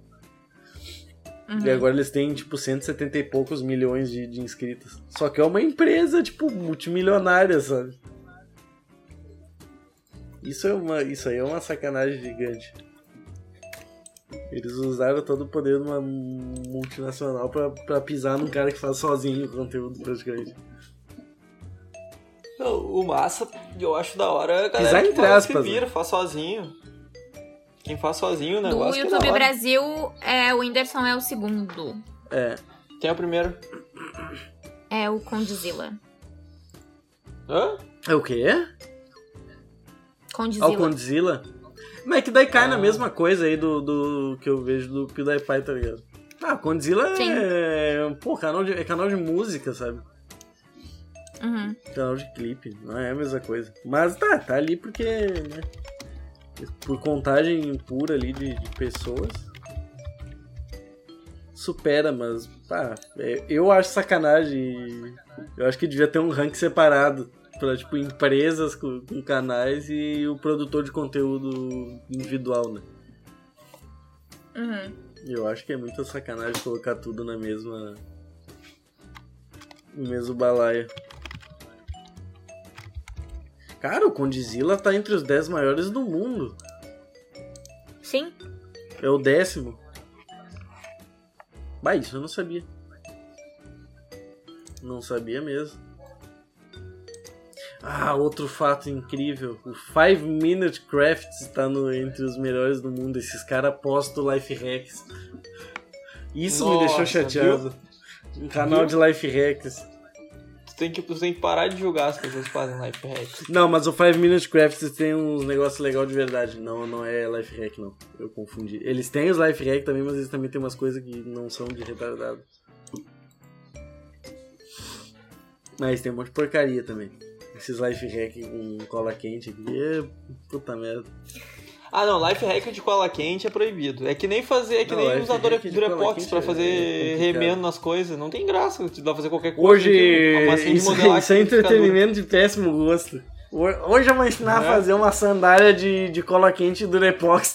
Uhum. E agora eles têm, tipo, cento e setenta e poucos milhões de, de inscritos. Só que é uma empresa, tipo, multimilionária, sabe? Isso, é uma, isso aí é uma sacanagem gigante. Eles usaram todo o poder de uma multinacional pra, pra pisar num cara que faz sozinho o conteúdo, praticamente. Não, o massa, eu acho da hora a Pisar galera que entre faz, que aspas, vira, né? faz sozinho. Quem faz sozinho o Do negócio que é da YouTube hora. Brasil, é, o Whindersson é o segundo. É. Quem é o primeiro? É o Condzilla. Hã? É o quê? Condzilla. Ah, o Condzilla? Mas é que daí cai Ah. na mesma coisa aí do, do que eu vejo do PewDiePie, tá ligado? Ah, Condzilla Sim. é... Pô, canal de, é canal de música, sabe? Uhum. Canal de clipe, não é a mesma coisa. Mas tá, tá ali porque, né? Por contagem pura ali de, de pessoas. Supera, mas, pá, é, eu acho sacanagem. Eu acho que devia ter um ranking separado pra, tipo, empresas com, com canais e o produtor de conteúdo individual, né? Uhum. Eu acho que é muita sacanagem colocar tudo na mesma... no mesmo balaio. Cara, o Condzilla tá entre os dez maiores do mundo. Sim. É o décimo. Bah, isso eu não sabia. Não sabia mesmo. Ah, outro fato incrível. O Five Minute Crafts tá no, entre os melhores do mundo. Esses caras postam life hacks. Isso me Nossa, deixou chateado. Um canal de life hacks. Tu tem, que, tu tem que parar de julgar as pessoas que fazem life hack. Não, mas o Five Minute Crafts tem uns negócios legais de verdade. Não, não é life hack, não. Eu confundi. Eles têm os life hack também, mas eles também têm umas coisas que não são de retardado. Mas tem um monte de porcaria também. Esses life hack com cola quente aqui é puta merda. Ah, não, life hack de cola quente é proibido. É que nem fazer, é que Não, nem life usar hack de cola Durepox quente pra é- fazer é complicado. remendo nas coisas. Não tem graça, tu dá pra fazer qualquer coisa. Hoje, tem uma massinha de isso, modelar isso é que fica dura. entretenimento de péssimo gosto. Hoje eu vou ensinar a É. fazer uma sandália de, de cola quente do Durepox.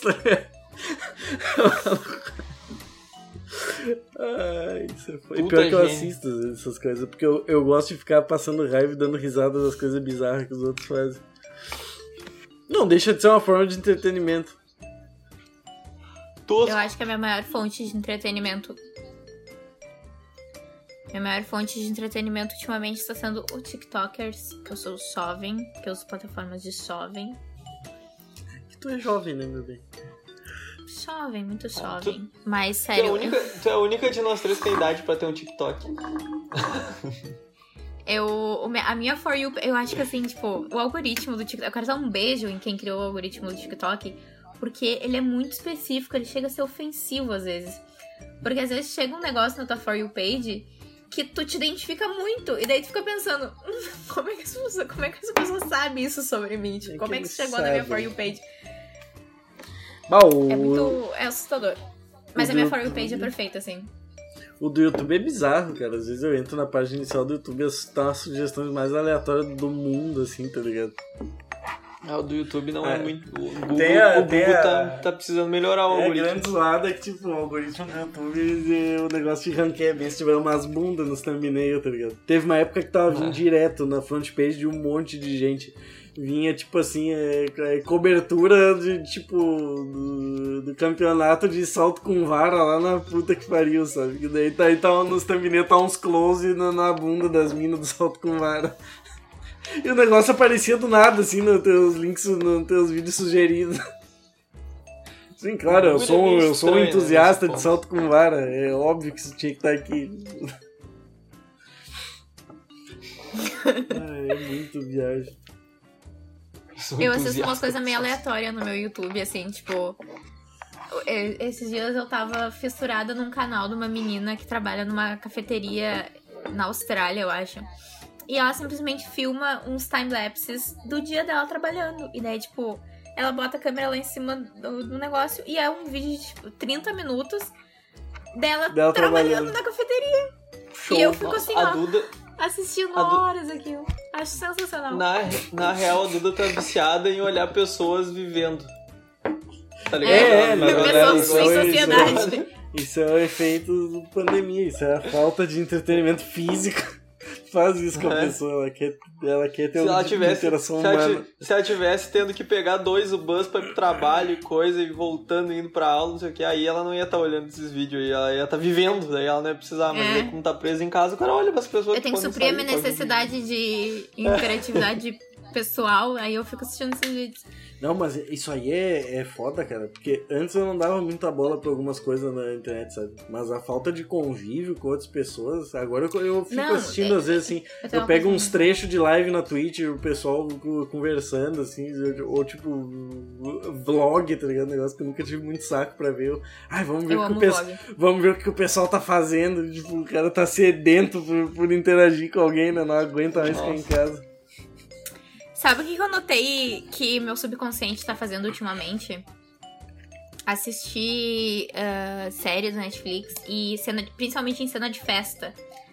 Ai, isso foi. Puta Pior que eu gênio. assisto essas coisas, porque eu, eu gosto de ficar passando raiva e dando risada das coisas bizarras que os outros fazem. Não deixa de ser uma forma de entretenimento. Tosco. Eu acho que a minha maior fonte de entretenimento. Minha maior fonte de entretenimento ultimamente está sendo o TikTokers, que eu sou o Soven, que eu uso plataformas de Soven. Que tu é jovem, né, meu bem? Soven, muito Ah, Soven. Mas, Tu é, a sério, única, tu é a única de nós três que tem idade pra ter um TikTok. eu, o me- a minha For You, eu acho que assim, tipo, o algoritmo do TikTok. Eu quero dar um beijo em quem criou o algoritmo do TikTok, porque ele é muito específico, ele chega a ser ofensivo às vezes. Porque às vezes chega um negócio na tua For You page que tu te identifica muito, e daí tu fica pensando, como é que essa pessoa, como é que essa pessoa sabe isso sobre mim? Tipo, É como que é que ele isso chegou sabe. na minha For You page? Bah, o, É muito... é assustador. Mas o a minha do For You YouTube- page é perfeita, assim. o do YouTube é bizarro, cara. Às vezes eu entro na página inicial do YouTube e tá umas sugestões mais aleatórias do mundo, assim, tá ligado? Ah, o do YouTube não é, É. muito... O Google, Tem a- o Google tem a- tá, tá precisando melhorar o É a algoritmo. grande zoada que, tipo, o algoritmo do YouTube, o negócio de ranqueia bem se tiver umas bundas nos thumbnail, tá ligado? Teve uma época que tava vindo Ah. direto na front page de um monte de gente. Vinha, tipo assim, é, é, cobertura de, tipo, do, do campeonato de salto com vara lá na puta que pariu, sabe? Que daí tá, aí tá nos thumbnail, tá uns close na, na bunda das minas do salto com vara. E o negócio aparecia do nada, assim, nos teus links, nos teus vídeos sugeridos. Sim, claro, eu sou, um- eu sou um Estranho, né, entusiasta nesse de salto com vara. É óbvio que isso tinha que estar aqui. Ah, é muito viagem. Sou Eu assisto entusiasta. umas coisas meio aleatórias no meu YouTube, assim, tipo... eu- Esses dias eu tava fissurada num canal de uma menina que trabalha numa cafeteria na Austrália, eu acho. E ela simplesmente filma uns timelapses do dia dela trabalhando. E daí, tipo, ela bota a câmera lá em cima do, do negócio e é um vídeo de, tipo, trinta minutos dela, Dela trabalhando trabalhando. na cafeteria. Show. E eu fico Nossa, assim, a ó, Duda, assistindo a Du- horas aquilo. Acho sensacional. na, na real, a Duda tá viciada em olhar pessoas vivendo. Tá ligado? É, é, Ela- na ela- verdade, Pessoas isso em é- sociedade. Isso é o efeito da pandemia, isso é a falta de entretenimento físico. Faz isso com a É. pessoa, ela quer, ela quer ter Se ela, uma tivesse, se, interação ela humana. ti- se ela tivesse tendo que pegar dois o bus pra ir pro trabalho e coisa, e voltando, indo pra aula, não sei o que, aí ela não ia estar olhando esses vídeos aí, ela ia estar vivendo, daí ela não ia precisar, mas É. aí como tá presa em casa, o cara olha pras pessoas Eu tenho que podem suprir a sair, minha podem necessidade de interatividade pessoal, aí eu fico assistindo esses vídeos. Não, mas isso aí é, é foda, cara, porque antes eu não dava muita bola pra algumas coisas na internet, sabe? Mas a falta de convívio com outras pessoas, agora eu, eu fico Não, assistindo é- às vezes assim, eu tenho eu uma pego coisa- uns trechos de live na Twitch, o pessoal co- conversando, assim, ou tipo, vlog, tá ligado? Negócio que eu nunca tive muito saco pra ver. Eu, Ai, vamos ver, Eu o que amo o pessoal, vlog. vamos ver o que o pessoal tá fazendo. Tipo, o cara tá sedento por, por interagir com alguém, né? Não aguenta mais ficar em Nossa. casa. Sabe o que que eu notei que meu subconsciente tá fazendo ultimamente? Assistir ah, séries na Netflix e cena de- principalmente em cena de festa.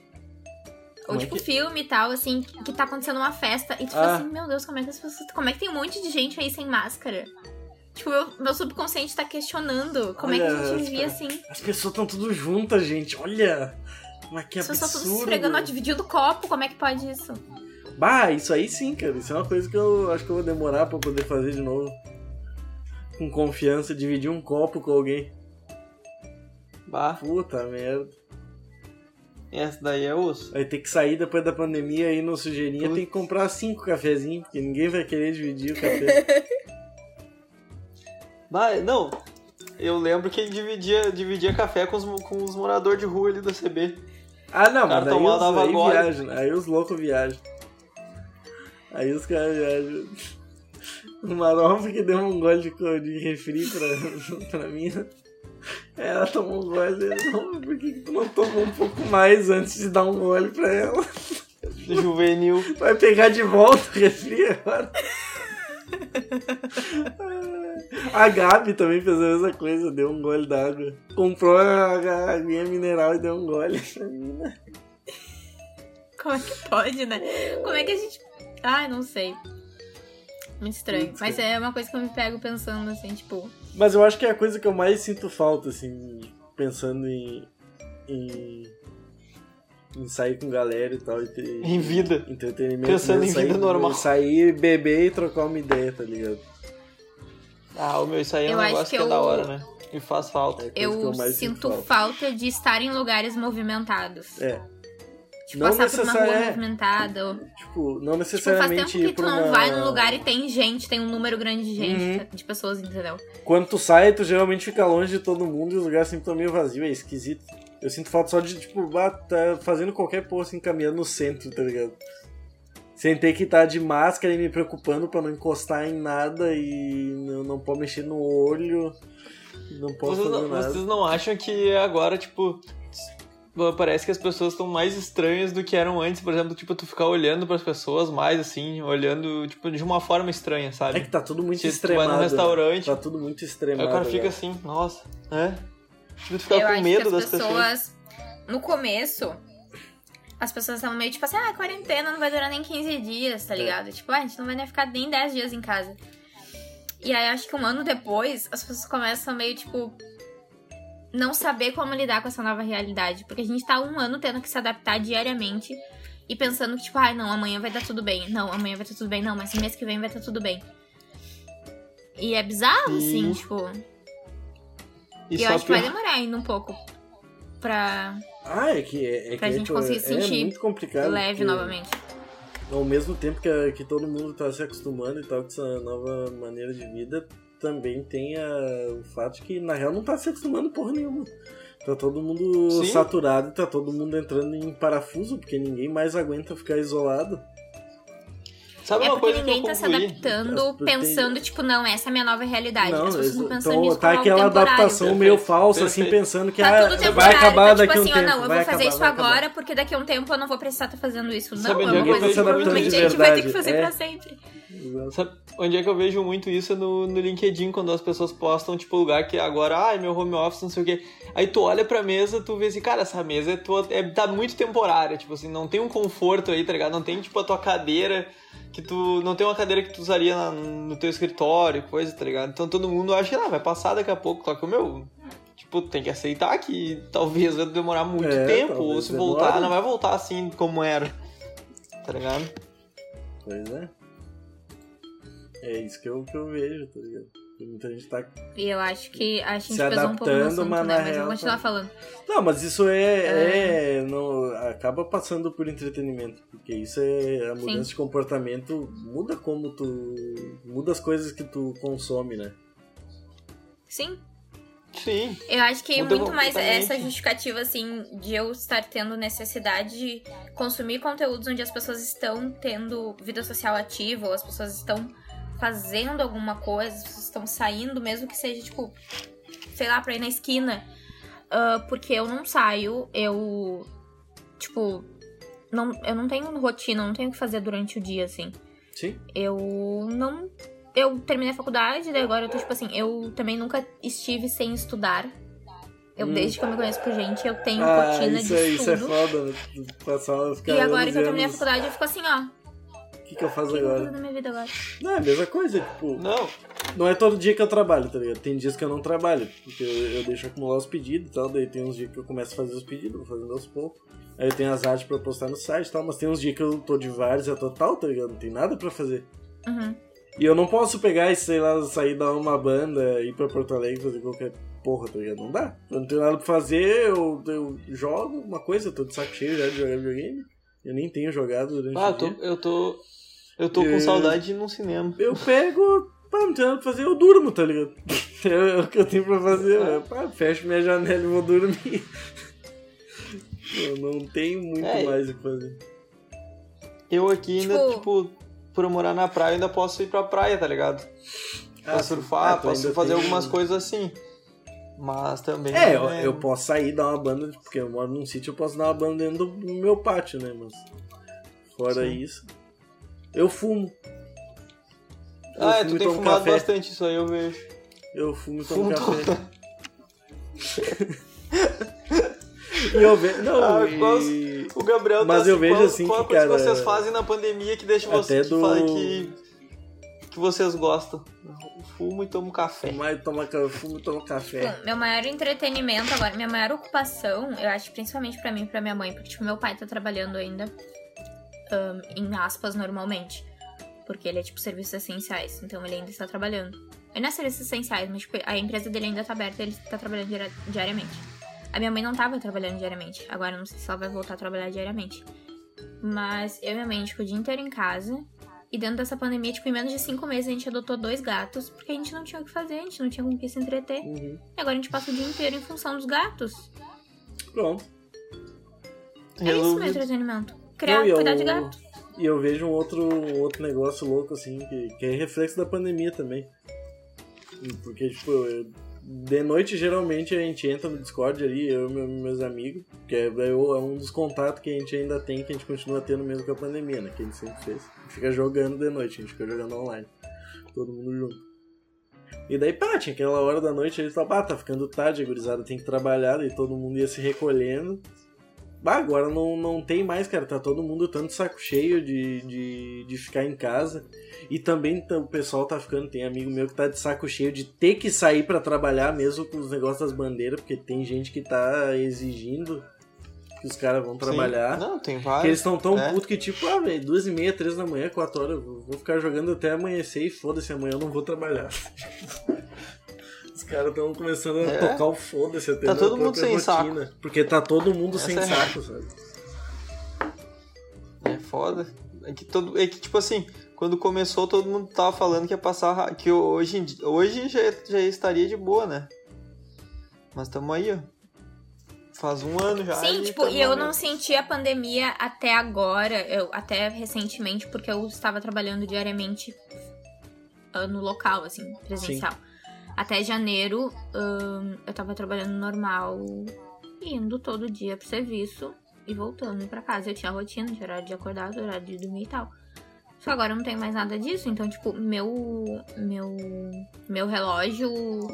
Ou Como é tipo que- filme e tal, assim, que tá acontecendo uma festa. E tu Ah. fica assim, meu Deus, como é que as pessoas. Como é que tem um monte de gente aí sem máscara? Tipo, meu, meu subconsciente tá questionando como é que a Olha, gente vivia as- assim. As pessoas estão tudo juntas, gente. Olha! Mas que As pessoas absurdo. todas se esfregando, ó, dividindo copo, como é que pode isso? Bah, isso aí sim, cara. Isso é uma coisa que eu acho que eu vou demorar pra poder fazer de novo. Com confiança, dividir um copo com alguém. Bah, Puta merda. essa daí é osso. Vai ter que sair depois da pandemia aí no sujeirinha, tem que comprar cinco cafezinhos, porque ninguém vai querer dividir o café. Bah, não, eu lembro que ele dividia, dividia café com os, com os moradores de rua ali da C B. Ah, não, O cara mas daí tomava, os, dava aí gole. viajam. Aí os loucos viajam. Aí os caras viajam. O Marofa que deu um gole de, co- de refri pra, pra mim. Ela tomou um gole. Não, por que, que tu não tomou um pouco mais antes de dar um gole pra ela? Juvenil. Vai pegar de volta o refri agora. A Gabi também fez a mesma coisa, deu um gole d'água. Comprou a, a aguinha mineral e deu um gole pra mim, né? Como é que pode, né? Como é que a gente. Ai, não sei. Muito estranho. Putz, Mas é uma coisa que eu me pego pensando, assim, tipo. Mas eu acho que é a coisa que eu mais sinto falta, assim, pensando em. em, em sair com galera e tal. E ter, Em vida. Entretenimento. Pensando mesmo, em vida sair, normal. Sair, beber e trocar uma ideia, tá ligado? Ah, o meu, isso aí é Eu um acho negócio que que, é eu- da hora, né? E faz falta. É a coisa que Eu mais sinto falta. falta de estar em lugares movimentados. É. Tipo, Não passar por uma rua necessari- é. movimentada. Ou... Tipo, não Tipo, faz necessariamente tempo que ir tu pra não uma... vai num lugar e tem gente, tem um número grande de gente, Uhum. de pessoas, entendeu? Quando tu sai, tu geralmente fica longe de todo mundo e os lugares sempre estão meio vazios, é esquisito. Eu sinto falta só de, tipo, ah, tá fazendo qualquer porra assim, caminhando no centro, tá ligado? sem ter que estar de máscara e me preocupando pra não encostar em nada e não, não pode mexer no olho, não posso Vocês fazer não, nada. vocês não acham que agora, tipo, parece que as pessoas estão mais estranhas do que eram antes? Por exemplo, tipo, tu ficar olhando pras pessoas mais, assim, olhando, tipo, de uma forma estranha, sabe? É que tá tudo muito Se tu extremado. vai num restaurante, Tá tudo muito aí extremado. o cara fica né? assim, nossa, é? Tipo, tu fica Eu com acho medo que as das pessoas. pessoas, no começo, as pessoas estavam meio tipo assim, ah, a quarentena não vai durar nem quinze dias, tá ligado? É. Tipo, ah, a gente não vai nem ficar nem dez dias em casa. E aí, acho que um ano depois, as pessoas começam meio, tipo, não saber como lidar com essa nova realidade. Porque a gente tá um ano tendo que se adaptar diariamente e pensando que, tipo, ah, não, amanhã vai dar tudo bem. Não, amanhã vai estar tudo bem. Não, mas mês que vem vai estar tudo bem. E é bizarro, Sim. assim, tipo... E E eu só acho que vai pior- demorar ainda um pouco pra, Ah, é que é, é pra que gente é, conseguir é, se sentir é muito complicado. leve porque novamente. Ao mesmo tempo que, a- que todo mundo tá se acostumando e tal com essa nova maneira de vida, também tem a- o fato de que na real não tá se acostumando porra nenhuma. Tá todo mundo Sim. saturado e tá todo mundo entrando em parafuso, porque ninguém mais aguenta ficar isolado. Sabe É uma porque coisa ninguém que eu tá se concluí? adaptando As- pensando, tipo, não, essa é a minha nova realidade. Não, As pessoas eles- não pensam então nisso tá como algo aquela temporário. adaptação Perfeito, meio falsa, assim, perfeito. pensando que Tá ah, tudo vai temporário, acabar tá, daqui tipo a um assim, tempo. ó, não, eu vai vou fazer acabar, isso vai acabar. agora, porque daqui a um tempo eu não vou precisar estar fazendo isso. Não, Sabe é onde é uma que eu coisa tô que se adaptando provavelmente de a gente vai ter que verdade? fazer É. pra sempre. Sabe onde é que eu vejo muito isso? É no, no LinkedIn, quando as pessoas postam, tipo, lugar que agora, ah, meu home office, não sei o quê. Aí tu olha pra mesa, tu vê assim, cara, essa mesa é tua, é, tá muito temporária, tipo assim, não tem um conforto aí, tá ligado? Não tem, tipo, a tua cadeira, que tu, não tem uma cadeira que tu usaria na- no teu escritório, coisa, tá ligado? Então todo mundo acha que, ah, vai passar daqui a pouco, só que o meu... Tipo, tem que aceitar que talvez vai demorar muito É, tempo, talvez ou se demore. voltar, não vai voltar assim como era, tá ligado? Pois é. É isso que eu, que eu vejo, tá ligado? Porque muita gente tá. E eu acho que a gente Se pesou um pouco no adaptando, assunto, mas né? na Mas eu real vou continuar tá- falando. Não, mas isso é. é não, acaba passando por entretenimento. Porque isso é. A mudança Sim. de comportamento muda como tu. Muda as coisas que tu consome, né? Sim. Sim. Eu acho que Muda muito mais completamente. essa justificativa, assim, de eu estar tendo necessidade de consumir conteúdos onde as pessoas estão tendo vida social ativa, ou as pessoas estão fazendo alguma coisa, as pessoas estão saindo, mesmo que seja, tipo, sei lá, pra ir na esquina. Ah, porque eu não saio, eu, tipo, não, eu não tenho rotina, não tenho o que fazer durante o dia, assim. Sim. Eu não... Eu terminei a faculdade, daí agora eu tô, tipo assim, eu também nunca estive sem estudar. Eu, Hum. desde que eu me conheço por gente, eu tenho Ah, rotina isso, de é, isso é estudo. foda, né? Tu Passar, ficar E agora anos que eu terminei a anos, faculdade, eu fico assim, ó. O que, que eu O faço que eu vou agora? fazer na minha vida agora? Não, é a mesma coisa, tipo. Não, Não é todo dia que eu trabalho, tá ligado? Tem dias que eu não trabalho, porque eu, eu deixo acumular os pedidos e tal, daí tem uns dias que eu começo a fazer os pedidos, vou fazendo aos poucos. Aí eu tenho as artes pra postar no site e tal, mas tem uns dias que eu tô de várzea total, tá ligado? Não tem nada pra fazer. Uhum. E eu não posso pegar e, sei lá, sair dar uma banda, ir pra Porto Alegre, fazer qualquer porra, tá ligado? Não dá. Eu não tenho nada pra fazer, eu, eu jogo uma coisa, eu tô de saco cheio já de jogar videogame. Eu nem tenho jogado durante ah, o eu tô, dia. eu tô, eu tô com Eu- saudade de ir num cinema. Eu pego, pá, não tenho nada pra fazer, eu durmo, tá ligado? É o que eu tenho pra fazer, eu, pá, fecho minha janela e vou dormir. Eu não tenho muito É. mais o que fazer. Eu aqui ainda, Tipo- tipo, por eu morar na praia, ainda posso ir pra praia, tá ligado? Pra Ah, surfar, ah, tu posso ainda fazer tem- algumas coisas assim. Mas também... É, eu, né, eu posso sair e dar uma banda, porque eu moro num sítio, eu posso dar uma banda dentro do do meu pátio, né? Mas fora Sim. isso, eu fumo. Eu Ah, é, fumo tu e tem tomo fumado café. bastante, isso aí eu vejo. Eu fumo e tomo Fumo café. E eu vejo. Não, Ah, e... qual- O Gabriel Mas tá eu vejo qual, assim qual que, a coisa cara, que vocês fazem na pandemia que deixa você até que, do- fala que, que vocês gostam? Eu fumo e tomo café. Fumar e tomar café, fumo e tomo café. Bom, meu maior entretenimento agora, minha maior ocupação, eu acho principalmente pra mim e pra minha mãe, porque, tipo, meu pai tá trabalhando ainda, ahn, em aspas, normalmente. Porque ele é, tipo, serviços essenciais, então ele ainda está trabalhando. Ele não é serviços essenciais, mas, tipo, a empresa dele ainda tá aberta e ele tá trabalhando diari- diariamente. A minha mãe não tava trabalhando diariamente, agora eu não sei se ela vai voltar a trabalhar diariamente. Mas eu e minha mãe, tipo, o dia inteiro em casa. E dentro dessa pandemia, tipo, em menos de cinco meses a gente adotou dois gatos, porque a gente não tinha o que fazer, a gente não tinha com o que se entreter. Uhum. E agora a gente passa o dia inteiro em função dos gatos. Pronto. É isso meu Resolvido. entretenimento. Criar, Não, e eu- cuidar de gato. E eu vejo um outro, um outro negócio louco, assim, que, que é reflexo da pandemia também. Porque, tipo, eu, de noite, geralmente, a gente entra no Discord ali, eu e meus amigos, que é, é um dos contatos que a gente ainda tem, que a gente continua tendo mesmo com a pandemia, né? Que a gente sempre fez. A gente fica jogando de noite, a gente fica jogando online. Todo mundo junto. E daí, pá, tinha aquela hora da noite, a gente tava, ah, tá ficando tarde, a gurizada tem que trabalhar, e todo mundo ia se recolhendo. Bah, agora não, não tem mais, cara, tá todo mundo tanto saco cheio de, de, de ficar em casa. E também tá, o pessoal tá ficando, tem amigo meu que tá de saco cheio de ter que sair pra trabalhar mesmo com os negócios das bandeiras, porque tem gente que tá exigindo que os caras vão trabalhar. Sim. Não, tem vários. Que eles estão tão é. putos que tipo, ah, velho, duas e meia, três da manhã, quatro horas, eu vou ficar jogando até amanhecer e foda-se, amanhã eu não vou trabalhar. Os caras estão começando a é. tocar o foda-se até tá na todo mundo sem rotina. Saco. Porque tá todo mundo Essa sem é saco, sabe? É foda. É que, todo, é que, tipo assim, quando começou, todo mundo tava falando que ia passar. Que hoje, hoje já, já estaria de boa, né? Mas tamo aí, ó. Faz um ano já. Sim, tipo, e eu não senti a pandemia até agora, eu, até recentemente, porque eu estava trabalhando diariamente no local, assim, presencial. Sim. Até janeiro, hum, eu tava trabalhando normal, indo todo dia pro serviço e voltando pra casa. Eu tinha rotina de horário de acordar, horário de dormir e tal. Só agora não tem mais nada disso, então, tipo, meu, meu, meu relógio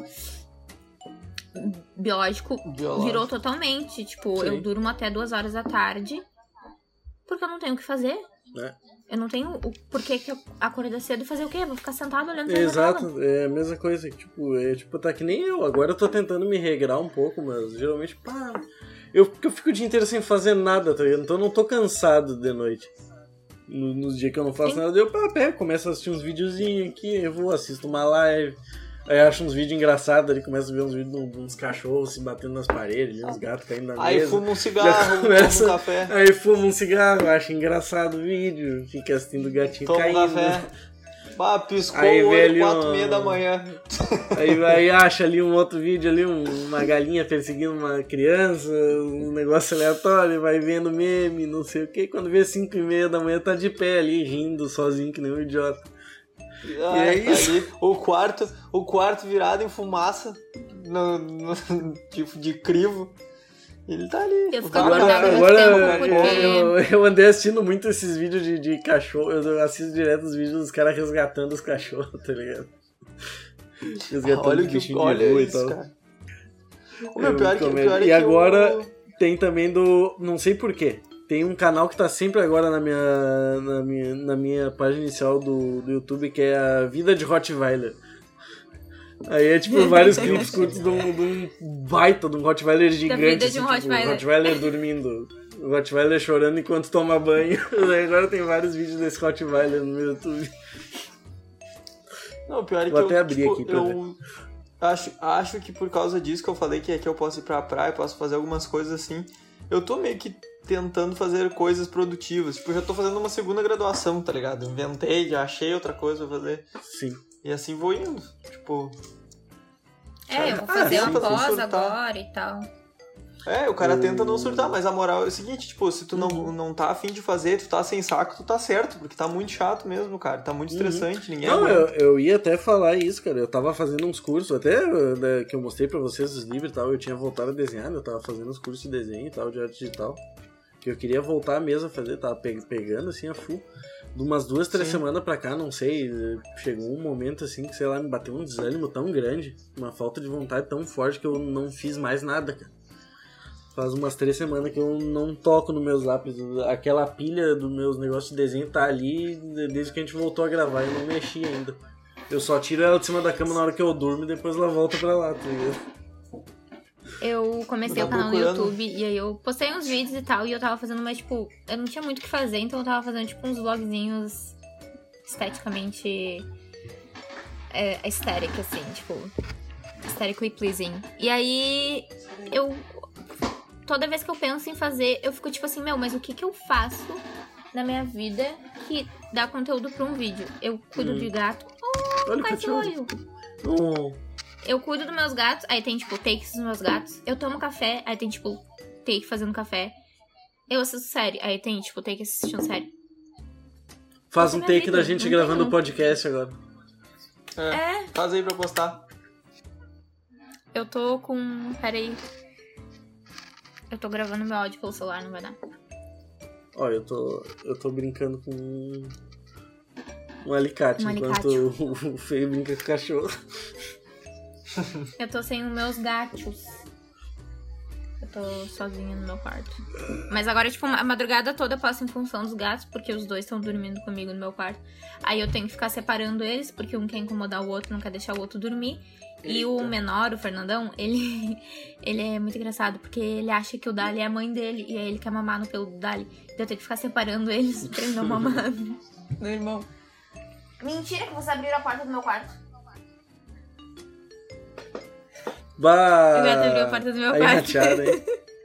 biológico, biológico virou totalmente. Tipo, Sim. eu durmo até duas horas da tarde porque eu não tenho o que fazer. É. Eu não tenho o porquê que eu acordar cedo e fazer o quê? Eu vou ficar sentado olhando pra Exato, janela. É a mesma coisa. Tipo, é, tipo, tá que nem eu. Agora eu tô tentando me regrar um pouco, mas geralmente, pá, eu, eu fico o dia inteiro sem fazer nada, tá ligado? Então eu não tô cansado de noite. No, nos dias que eu não faço Sim. nada, eu pá, pego, começo a assistir uns videozinhos aqui, eu vou, assisto uma live. Aí acho uns vídeos engraçados ali, começa a ver uns vídeos de uns cachorros se batendo nas paredes, uns gatos caindo na aí mesa. Aí fuma um cigarro, começa, toma um café. Aí fuma um cigarro, acha engraçado o vídeo, fica assistindo o gatinho toma caindo. Toma um café. Bah, piscou aí, o olho, quatro e meia da manhã. Aí, aí acha ali um outro vídeo ali, uma galinha perseguindo uma criança, um negócio aleatório, vai vendo meme, não sei o que. Quando vê cinco e meia da manhã tá de pé ali, rindo sozinho que nem um idiota. Ah, e é isso. Ali, o quarto, o quarto virado em fumaça, no, no, tipo de crivo. Ele tá ali. Eu agora agora porque... eu, eu andei assistindo muito esses vídeos de, de cachorro. Eu assisto direto os vídeos dos caras resgatando os cachorros, tá ligado? Resgatando olha os que, bichinhos olha de rua isso, e tal. Cara. O meu pior, que, pior é e que agora eu... tem também do... Não sei porquê. Tem um canal que tá sempre agora na minha, na minha, na minha página inicial do, do YouTube, que é a Vida de Rottweiler. Aí é tipo vários clipes curtos de um, de um baita, de um Rottweiler gigante. Da vida de um assim, Rottweiler. Tipo, Rottweiler dormindo, o Rottweiler chorando enquanto toma banho. Aí agora tem vários vídeos desse Rottweiler no meu YouTube. Não, o pior é que Vou até eu, abrir tipo, aqui pra eu ver. Acho, acho que por causa disso que eu falei que aqui eu posso ir pra praia, posso fazer algumas coisas assim. Eu tô meio que tentando fazer coisas produtivas. Tipo, eu já tô fazendo uma segunda graduação, tá ligado? Inventei, já achei outra coisa pra fazer. Sim. E assim vou indo. Tipo... É, eu vou fazer ah, uma pós agora e tal. É, o cara tenta não surtar, mas a moral é o seguinte, tipo, se tu não, não tá afim de fazer, tu tá sem saco, tu tá certo, porque tá muito chato mesmo, cara. Tá muito estressante, uhum. ninguém Não, eu, eu ia até falar isso, cara. Eu tava fazendo uns cursos, até né, que eu mostrei pra vocês os livros e tal, eu tinha voltado a desenhar, né? Eu tava fazendo uns cursos de desenho e tal, de arte digital. Que eu queria voltar mesmo a fazer, tava pegando assim a full. De umas duas, três Sim. semanas pra cá, não sei, chegou um momento assim que, sei lá, me bateu um desânimo tão grande, uma falta de vontade tão forte que eu não fiz mais nada, cara. Faz umas três semanas que eu não toco nos meus lápis. Aquela pilha dos meus negócios de desenho tá ali desde que a gente voltou a gravar, eu não mexi ainda. Eu só tiro ela de cima da cama na hora que eu durmo e depois ela volta pra lá, tá ligado? Eu comecei o canal procurando. no YouTube e aí eu postei uns vídeos e tal, e eu tava fazendo, mas tipo, eu não tinha muito o que fazer, então eu tava fazendo tipo uns vlogzinhos esteticamente é, aesthetic, assim, tipo, aesthetically pleasing. E aí eu, toda vez que eu penso em fazer, eu fico tipo assim, meu, mas o que que eu faço na minha vida que dá conteúdo pra um vídeo? Eu cuido hum. de gato, oh, olha esse olho. Oh. Eu cuido dos meus gatos, aí tem, tipo, takes dos meus gatos. Eu tomo café, aí tem, tipo, take fazendo café. Eu assisto série, aí tem, tipo, take assistindo série. Faz Essa um é minha take vida, da gente não gravando o tem podcast agora. É, É. Faz aí pra postar. Eu tô com... Pera aí. Eu tô gravando meu áudio pelo celular, não vai dar. Ó, eu tô, eu tô brincando com um alicate, Um enquanto alicate. o, o feio brinca com o cachorro. Eu tô sem os meus gatos. Eu tô sozinha no meu quarto. Mas agora, tipo, a madrugada toda eu passo em função dos gatos, porque os dois estão dormindo comigo no meu quarto. Aí eu tenho que ficar separando eles, porque um quer incomodar o outro, não quer deixar o outro dormir. E o menor, o Fernandão, ele, ele é muito engraçado, porque ele acha que o Dali é a mãe dele, e aí ele quer mamar no pelo do Dali. Então eu tenho que ficar separando eles pra ele não mamar no irmão. Mentira que você abriu a porta do meu quarto. Bah! O gato abriu a porta do meu aí, quarto. rateado, hein?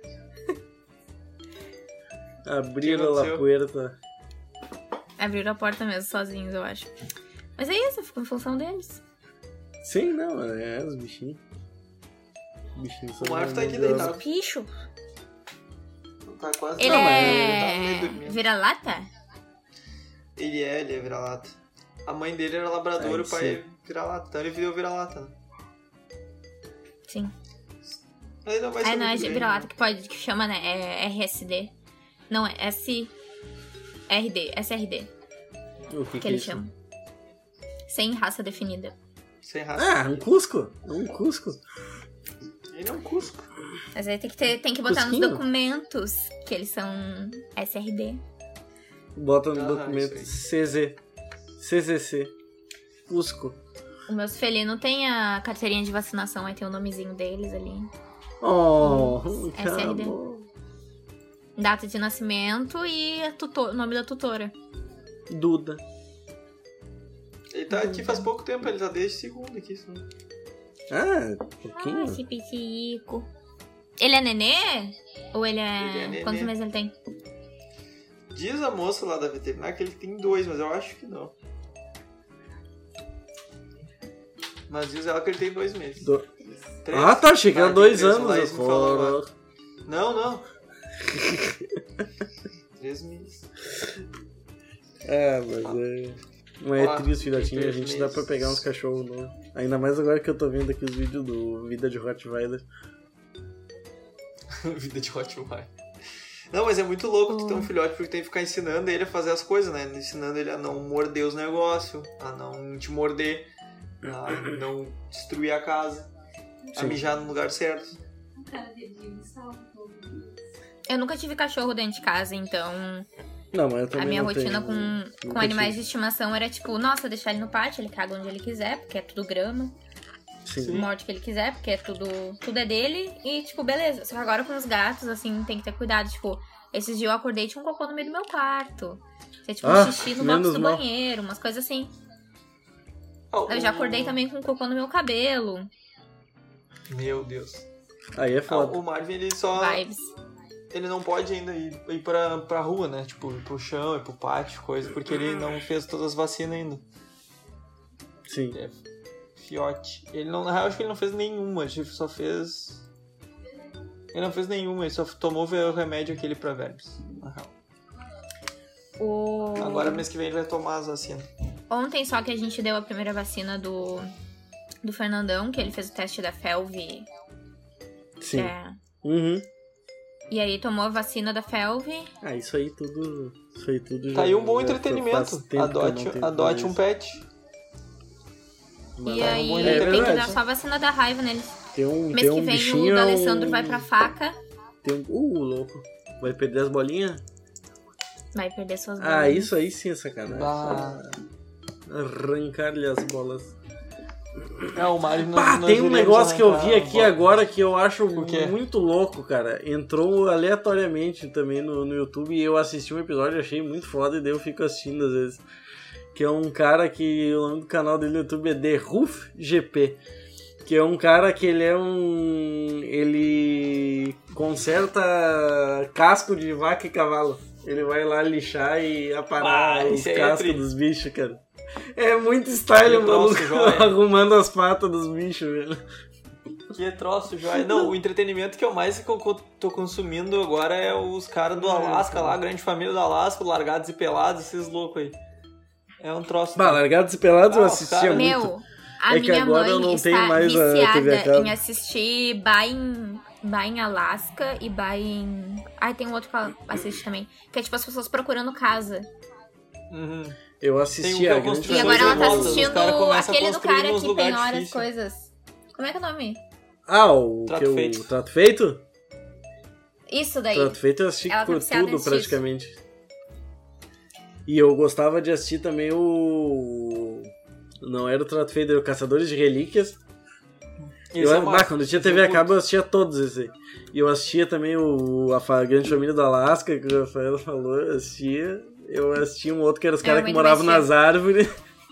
Abriram a aconteceu? puerta. Abriram a porta mesmo, sozinhos, eu acho. Mas é isso, eu fico em função deles. Sim, não, é os bichinhos. Os bichinhos são O Marco tá aqui maravilhosos. deitado. Bicho. Tá quase Ele não, mas é... tá meio dormindo. vira-lata? Ele é, ele é vira-lata. A mãe dele era labrador, Aí, o pai sim. é vira-lata. Então ele virou vira-lata, né? Sim. Mas ele não vai Ah, ser não, é muito grande, vira-lata né? que pode, que chama, né? É R S D. Não, é S R D. S R D, O que, que que é eles isso? chamam. Sem raça definida. Sem raça. Ah, um Cusco. Um Cusco. Ele é um Cusco. Mas aí tem que, ter, tem que botar Cusquinho? nos documentos que eles são S R D. Bota no Ah, documento isso C Z. C Z C. Cusco. Os meus felinos têm a carteirinha de vacinação, aí tem o nomezinho deles ali. Oh, S R D. acabou. Data de nascimento e a tutor, o nome da tutora. Duda. Ele tá aqui faz pouco tempo, ele tá desde segunda aqui. Só. Ah, Ah, pouquinho. esse pitico. Ele é nenê? Ou ele é... Ele é nenê. Quantos meses ele tem? Diz a moça lá da veterinária que ele tem dois, mas eu acho que não. Mas diz ela que ele tem dois meses. Do- Três. Ah, tá, chegando Ah, tem dois três, anos. lá, eu isso me falou falo. agora. Não, não. Três meses. É, mas é. Não é Ó, triste, filhotinho. A três gente dá meses. pra pegar uns cachorros novos. Ainda mais agora que eu tô vendo aqui os vídeos do Vida de Rottweiler. Vida de Rottweiler. Não, mas é muito louco tu ter um filhote porque tem que ficar ensinando ele a fazer as coisas, né? Ensinando ele a não morder os negócios, a não te morder, a não destruir a casa, a Sim. mijar no lugar certo. Eu nunca tive cachorro dentro de casa, então Não, mas eu também a minha não rotina tenho, com, né? com Nunca animais tive. de estimação era tipo, nossa, deixar ele no pátio, ele caga onde ele quiser, porque é tudo grama. Sim. Morte que ele quiser, porque é tudo, tudo é dele. E, tipo, beleza. Só que agora com os gatos, assim, tem que ter cuidado. Tipo, esses dias eu acordei e tinha um cocô no meio do meu quarto. Tinha, tipo, um Ah, xixi no box menos do mal. banheiro, umas coisas assim. Oh, Eu já acordei também com um cocô no meu cabelo. Meu Deus. Aí é Ah, foda. o Marvin, ele só... Vibes. Ele não pode ainda ir, ir pra, pra rua, né? Tipo, ir pro chão, ir pro pátio, coisa, porque ele não fez todas as vacinas ainda. Sim. É fiote. Ele não, na real, acho que ele não fez nenhuma, tipo, só fez... Ele não fez nenhuma, ele só tomou o remédio aquele pra vermes, na real. O... Agora, mês que vem, ele vai tomar as vacinas. Ontem só que a gente deu a primeira vacina do, do Fernandão, que ele fez o teste da Felv. Sim. É, Uhum. e aí tomou a vacina da Felv. Ah, isso aí tudo. Isso aí tudo já. Tá aí um bom já entretenimento. faz tempo que eu Adote, não tenho adote mais. um pet. Mas E tá aí bom tem que entretenimento. dar só a vacina da raiva neles. Tem um, Mês tem que um vem bichinho. o do é Alessandro um- vai pra faca. Tem um. Uh, louco. Vai perder as bolinhas? Vai perder suas Ah, bolas. isso aí sim é sacanagem. Bah. Arrancar-lhe as bolas. É, o Mario não Pá, nós tem um iremos negócio que eu vi arrancar aqui a bola. agora que eu acho O quê? muito louco, cara. Entrou aleatoriamente também no, no YouTube e eu assisti um episódio e achei muito foda e daí eu fico assistindo às vezes. Que é um cara que o nome do canal dele no YouTube é The Roof G P. Que é um cara que ele é um... Ele conserta casco de vaca e cavalo. Ele vai lá lixar e aparar Ah, os isso aí é cascos tri. dos bichos, cara. É muito style, Que troço, maluco, joia. arrumando as patas dos bichos, velho. Que troço, joia. Não, o entretenimento que eu mais que eu co- tô consumindo agora é os caras do Alasca lá, a grande família do Alasca, largados e pelados, esses loucos aí. É um troço. Bah, Largados e Pelados Ah, eu os assistia cara- muito. Meu, a É que minha agora mãe eu não está tenho mais a T V a viciada cabo. em assistir Bar em, Bar em Alaska e Bar em... Ai, tem um outro que ela assiste também. Que é tipo as pessoas procurando casa. Uhum. Eu Tem um assistia que é a o grande Construções E agora ela tá Remotas, os assistindo cara começa a aquele do construir cara nos que lugar tem horas difícil. coisas. Como é que é o nome? Ah, o Trato que eu- Feito. o Trato Feito? Isso daí. Trato Feito eu assisti Ela tá por viciada tudo, em assistir praticamente. E eu gostava de assistir também o... Não era o Trato Feito, era o Caçadores de Relíquias. Isso Eu, é bah, massa. quando tinha Isso T V eu a cabo, eu assistia todos esses aí. E eu assistia também o, a Fa- Grande Família do Alasca, que o Rafael falou, eu assistia. Eu assistia um outro que era os É, caras eu que muito moravam mais nas árvores.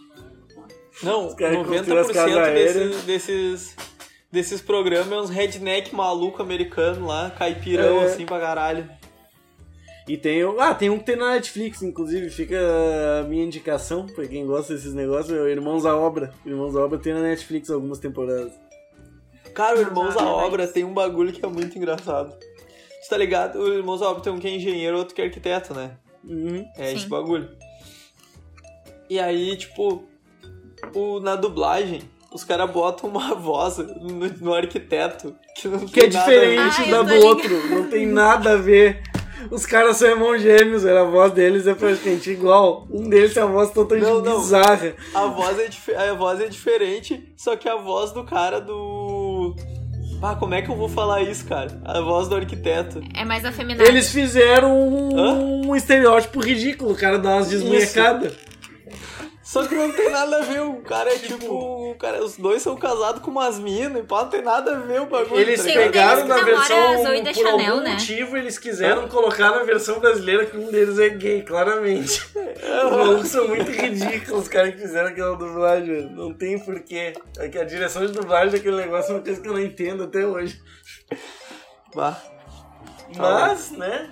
Não, Os caras noventa construíram as por casas cento aéreas. desses, desses, desses programas é uns redneck maluco americano lá, caipirão É. assim pra caralho. E tem o. Ah, tem um que tem na Netflix, inclusive, fica a minha indicação pra quem gosta desses negócios, é o Irmãos à Obra. Irmãos à Obra tem na Netflix algumas temporadas. Cara, o Irmãos à Ah, Obra mas- tem um bagulho que é muito engraçado. Você tá ligado? O Irmãos à Obra tem um que é engenheiro, outro que é arquiteto, né? Uhum. É Sim. esse bagulho. E aí, tipo, o, na dublagem, os caras botam uma voz no, no arquiteto que não Que é tem nada a ver. diferente Ah, eu da tô do ligada. outro, não tem nada a ver. Os caras são irmãos gêmeos, a voz deles é praticamente igual. Um deles tem uma voz totalmente Não, não. bizarra. A voz, é dif- a voz é diferente, só que a voz do cara do... Ah, como é que eu vou falar isso, cara? A voz do arquiteto. É mais afeminado. Eles fizeram um, Hã? um estereótipo ridículo, o cara dá umas desmunhecadas. Só que não tem nada a ver, o cara é tipo... o cara, os dois são casados com umas minas e pá, não tem nada a ver o bagulho. Eles tá Tem um ligado? pegaram deles na que namora versão, a Zoe da por Chanel, algum né? motivo, eles quiseram colocar na versão brasileira que um deles é gay, claramente. Os malucos são muito ridículos, os caras que fizeram aquela dublagem, velho. Não tem porquê. É que a direção de dublagem daquele negócio é uma coisa que eu não entendo até hoje. Bah. Mas, né?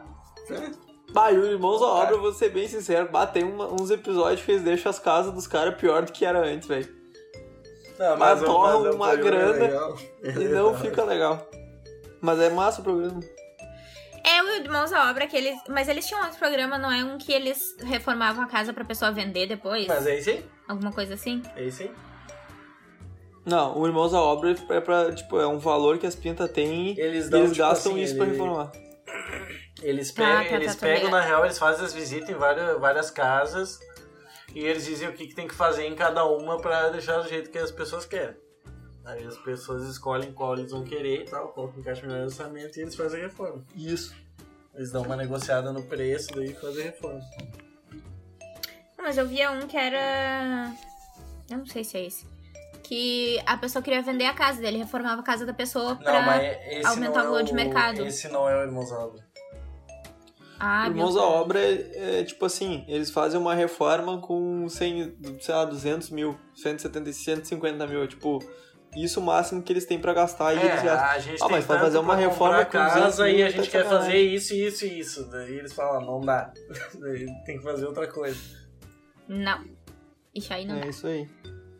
Bah, e o Irmãos à Obra, eu vou ser bem sincero, bah, tem uma- uns episódios que eles deixam as casas dos caras pior do que era antes, velho. Não, Mas o- torram o uma programa é grana legal. E não fica legal. Mas é massa o programa. É o Irmãos à Obra que eles... Mas eles tinham outro programa, não é um que eles reformavam a casa pra pessoa vender depois? Mas é isso aí? Alguma coisa assim? É isso aí? Não, o Irmãos à Obra é pra, tipo, é um valor que as pintas têm e Eles eles, dão, tipo gastam assim, isso pra ele- reformar. Eles Tá, pegam, tá, tá, eles tô pegam ligado. na real, eles fazem as visitas em várias, várias casas e eles dizem o que, que tem que fazer em cada uma pra deixar do jeito que as pessoas querem. Aí as pessoas escolhem qual eles vão querer e tal, qual que encaixa melhor no orçamento e eles fazem a reforma. Isso. Eles dão uma negociada no preço, daí fazem a reforma. Não, mas eu via um que era... Eu não sei se é esse. Que a pessoa queria vender a casa dele, reformava a casa da pessoa pra Não, mas esse aumentar não o valor é de mercado. Esse não é o Irmãos à Obra. Ah, Irmãos meu à Deus. Obra é, é, tipo assim, eles fazem uma reforma com cem, sei lá, duzentos mil, cento e setenta, cento e cinquenta mil, tipo, isso o máximo que eles têm pra gastar e eles É, gastam. a gente Ah, tem mas vai tanto fazer uma pra reforma comprar com duzentos casa mil, e a tá gente de quer sacanagem. fazer isso, isso e isso. Daí eles falam, não dá. Daí tem que fazer outra coisa. Não. Isso aí não É dá. isso aí.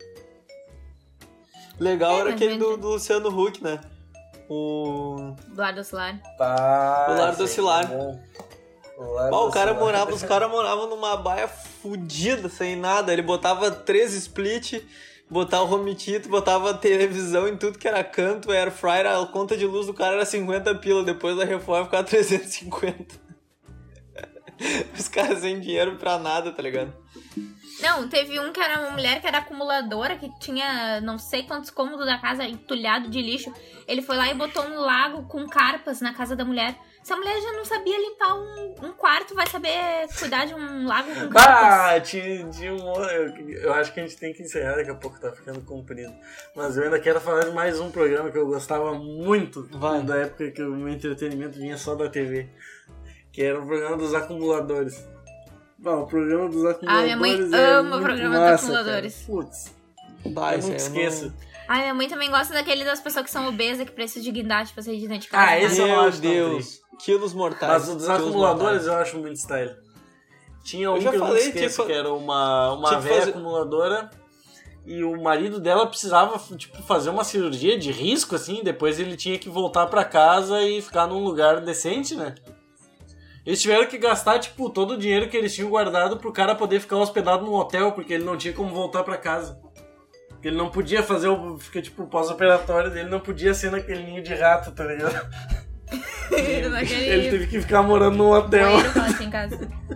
Legal É, era mas aquele vende. do, do Luciano Huck, né? O... Do lado do celular. Tá. O Lar do esse Ocilar. é bom. O, Lar Bah, do o cara Ocilar. morava, os caras moravam numa baia fudida, sem nada. Ele botava três split, botava o home theater, botava televisão em tudo que era canto, air fryer, a conta de luz do cara era cinquenta pila, depois da reforma ficava trezentos e cinquenta. Os caras sem dinheiro pra nada, tá ligado? Não, teve um que era uma mulher que era acumuladora, que tinha não sei quantos cômodos da casa entulhado de lixo. Ele foi lá e botou um lago com carpas na casa da mulher. Essa mulher já não sabia limpar um, um quarto, vai saber cuidar de um lago com carpas. Ah, tinha, tinha um, eu, eu acho que a gente tem que encerrar, daqui a pouco tá ficando comprido. Mas eu ainda quero falar de mais um programa que eu gostava muito. Vai. Da época que o meu entretenimento vinha só da T V. Que era o programa dos acumuladores. Bom, o programa dos acumuladores. Ah, minha mãe é ama o muito programa dos massa, acumuladores. cara. Putz, Bah, eu esse nunca aí eu esqueço. Ai, minha mãe também gosta daquele das pessoas que são obesas, que precisam de guindaste pra sair de dentro de casa. Ah, esse eu não Meu acho tão Deus, quilos mortais. Mas o dos quilos acumuladores mortais. eu acho muito style. Tinha um já que eu falei, nunca esqueço, tinha que que era uma, uma tinha que velha fazer- acumuladora e o marido dela precisava tipo, fazer uma cirurgia de risco, assim, depois ele tinha que voltar pra casa e ficar num lugar decente, né? Eles tiveram que gastar, tipo, todo o dinheiro que eles tinham guardado pro cara poder ficar hospedado num hotel, porque ele não tinha como voltar pra casa. Porque ele não podia fazer o... Porque, tipo, o pós-operatório dele não podia ser naquele ninho de rato, tá ligado? Naquele... Ele teve que ficar morando num hotel. Banheiro, fala assim, em casa.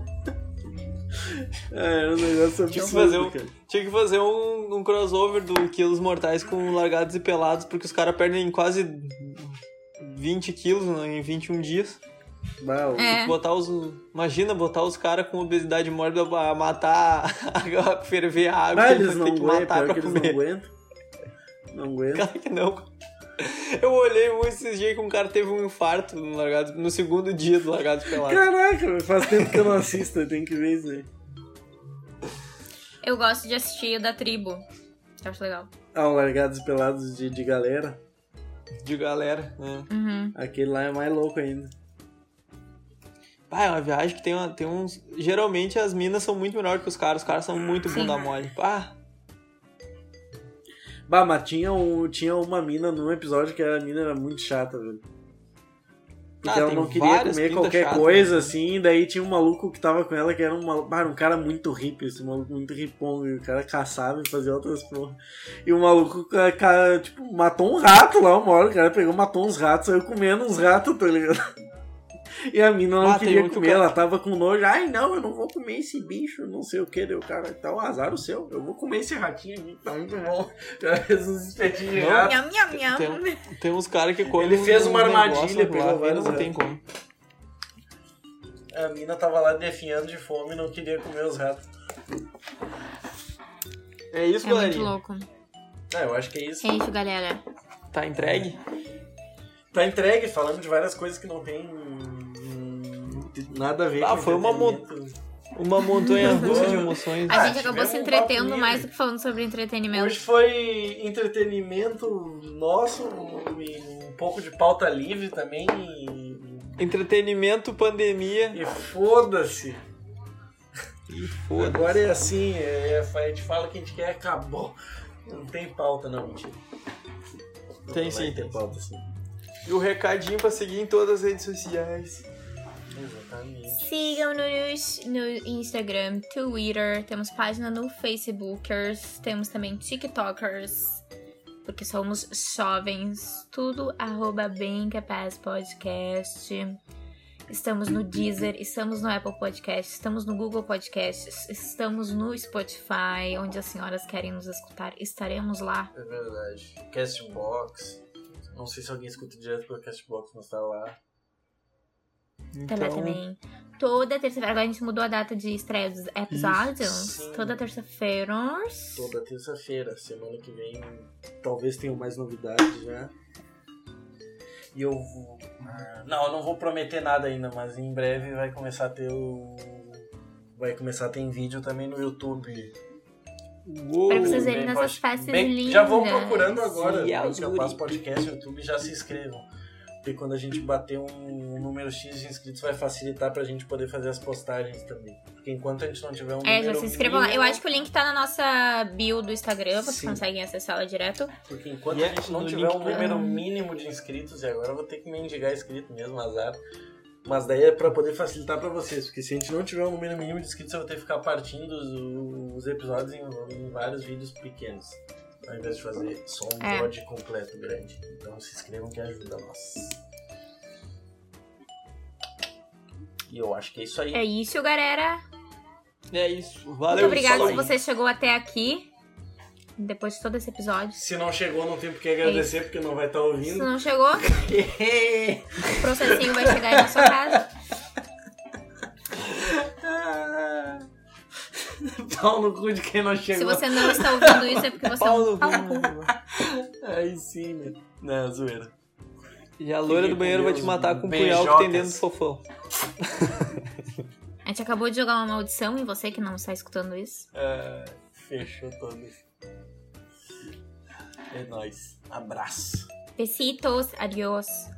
É, era um negócio absurdo, Tinha que fazer um, cara. tinha que fazer um, um crossover do Quilos Mortais com Largados e Pelados, porque os caras perdem quase vinte quilos em vinte e um dias. Bah, o- É. Botar os, imagina botar os caras com obesidade mórbida pra matar, a ferver a água, Ah, eles eles vão não ter que aguentam, matar pior pra que eles não comer. aguentam. Não aguentam. Claro que não. Eu olhei um esses dias que um cara teve um infarto no, Largados, no segundo dia do Largados e Pelados. Caraca, faz tempo que eu não assisto, eu tenho que ver isso aí. Eu gosto de assistir o da tribo. Eu acho legal. Ah, o Largados e Pelados de, de galera. De galera, né? Uhum. Aquele lá é mais louco ainda. Ah, é uma viagem que tem, uma, tem uns... Geralmente as minas são muito melhores que os caras. Os caras são muito Sim. bunda mole. Ah, Bah, mas tinha, um, tinha uma mina num episódio que a mina era muito chata, velho. Porque Ah, ela tem não queria várias comer pintas qualquer chatas, coisa, né? assim, daí tinha um maluco que tava com ela que era um, maluco, ah, um cara muito hippie, esse maluco muito ripongo, e o cara caçava e fazia outras porra. E o maluco, ca- ca- tipo, matou um rato lá uma hora, o cara pegou, matou uns ratos, saiu comendo uns ratos, tá ligado? E a mina não Ah, tem queria um que o comer, cara- ela tava com nojo, ai não, eu não vou comer esse bicho, não sei o que, deu cara, então azar o seu, eu vou comer esse ratinho aqui, tá muito bom. Já fez uns espetinhos de Não. rato. Nham, nham, nham. tem, um- tem uns caras que comem. Ele fez uns uma armadilha, negócios pegou lá, vários não tem ratos. como. A mina tava lá definhando de fome e não queria comer os ratos. É isso, É muito galerinha. louco. Ah, eu acho que é isso. É isso, galera. Tá entregue? Tá entregue, falando de várias coisas que não tem hum, nada a ver Ah, com foi uma entretenimento. Uma montanha russa de emoções. A Ah, gente acabou tivemos se um entretendo papo mais livre. do que falando sobre entretenimento. Hoje foi entretenimento nosso e um pouco de pauta livre também e, Entretenimento, pandemia. e foda-se. E foda. Agora é assim, é, a gente fala que a gente quer, acabou. Não tem pauta, não, mentira. Tem Não vai sim, ter tem pauta, sim. E o recadinho pra seguir em todas as redes sociais. Exatamente. Sigam-nos no Instagram, Twitter, temos página no Facebookers, temos também TikTokers, porque somos jovens, tudo arroba Bem Capaz Podcast. Estamos no Deezer, estamos no Apple Podcast, estamos no Google Podcasts, estamos no Spotify, onde as senhoras querem nos escutar, estaremos lá. É verdade. Castbox. Não sei se alguém escuta direto pelo Castbox, mas tá lá. Tá lá também. Toda terça-feira, agora a gente mudou a data de estreia dos episódios. Sim. Toda terça-feira. Toda terça-feira. Semana que vem talvez tenham mais novidades já. E eu vou... Não, eu não vou prometer nada ainda, mas em breve vai começar a ter o... Vai começar a ter em vídeo também no YouTube. Uou. Pra vocês verem Bem, nessas pode- festas bem- lindas. Já vão procurando agora. Sim, No Capaz algoritmo. Podcast, YouTube, já se inscrevam. Porque quando a gente bater um número X de inscritos vai facilitar pra gente poder fazer as postagens também. Porque enquanto a gente não tiver um É, número já se inscrevam lá. mínimo- Eu acho que o link tá na nossa bio do Instagram, vocês Sim. conseguem acessar lá direto. Porque enquanto E a é gente não no tiver link um do- número mínimo de inscritos, e agora eu vou ter que mendigar inscrito mesmo, azar. Mas daí é pra poder facilitar pra vocês, porque se a gente não tiver um número mínimo de inscritos, eu vou ter que ficar partindo os, os episódios em, em vários vídeos pequenos, ao invés de fazer só um É. V O D completo grande. Então se inscrevam que ajuda nós. E eu acho que é isso aí. É isso, galera. É isso. Muito Valeu. obrigada falou. se você chegou até aqui. Depois de todo esse episódio. Se não chegou, não tem porque agradecer, porque não vai estar Se ouvindo. não chegou, o processinho vai chegar aí na sua casa. Pau no cu de quem não Se chegou. você não está ouvindo isso, é porque você é Pau um no pau no cu. cu. Aí sim, né? Não, zoeira. E a loira do banheiro vai te matar com um punhal que Beijocas. tem dentro do fofão. A gente acabou de jogar uma maldição em você que não está escutando isso. É, fechou todos. É nóis. Abraço. Besitos, adiós.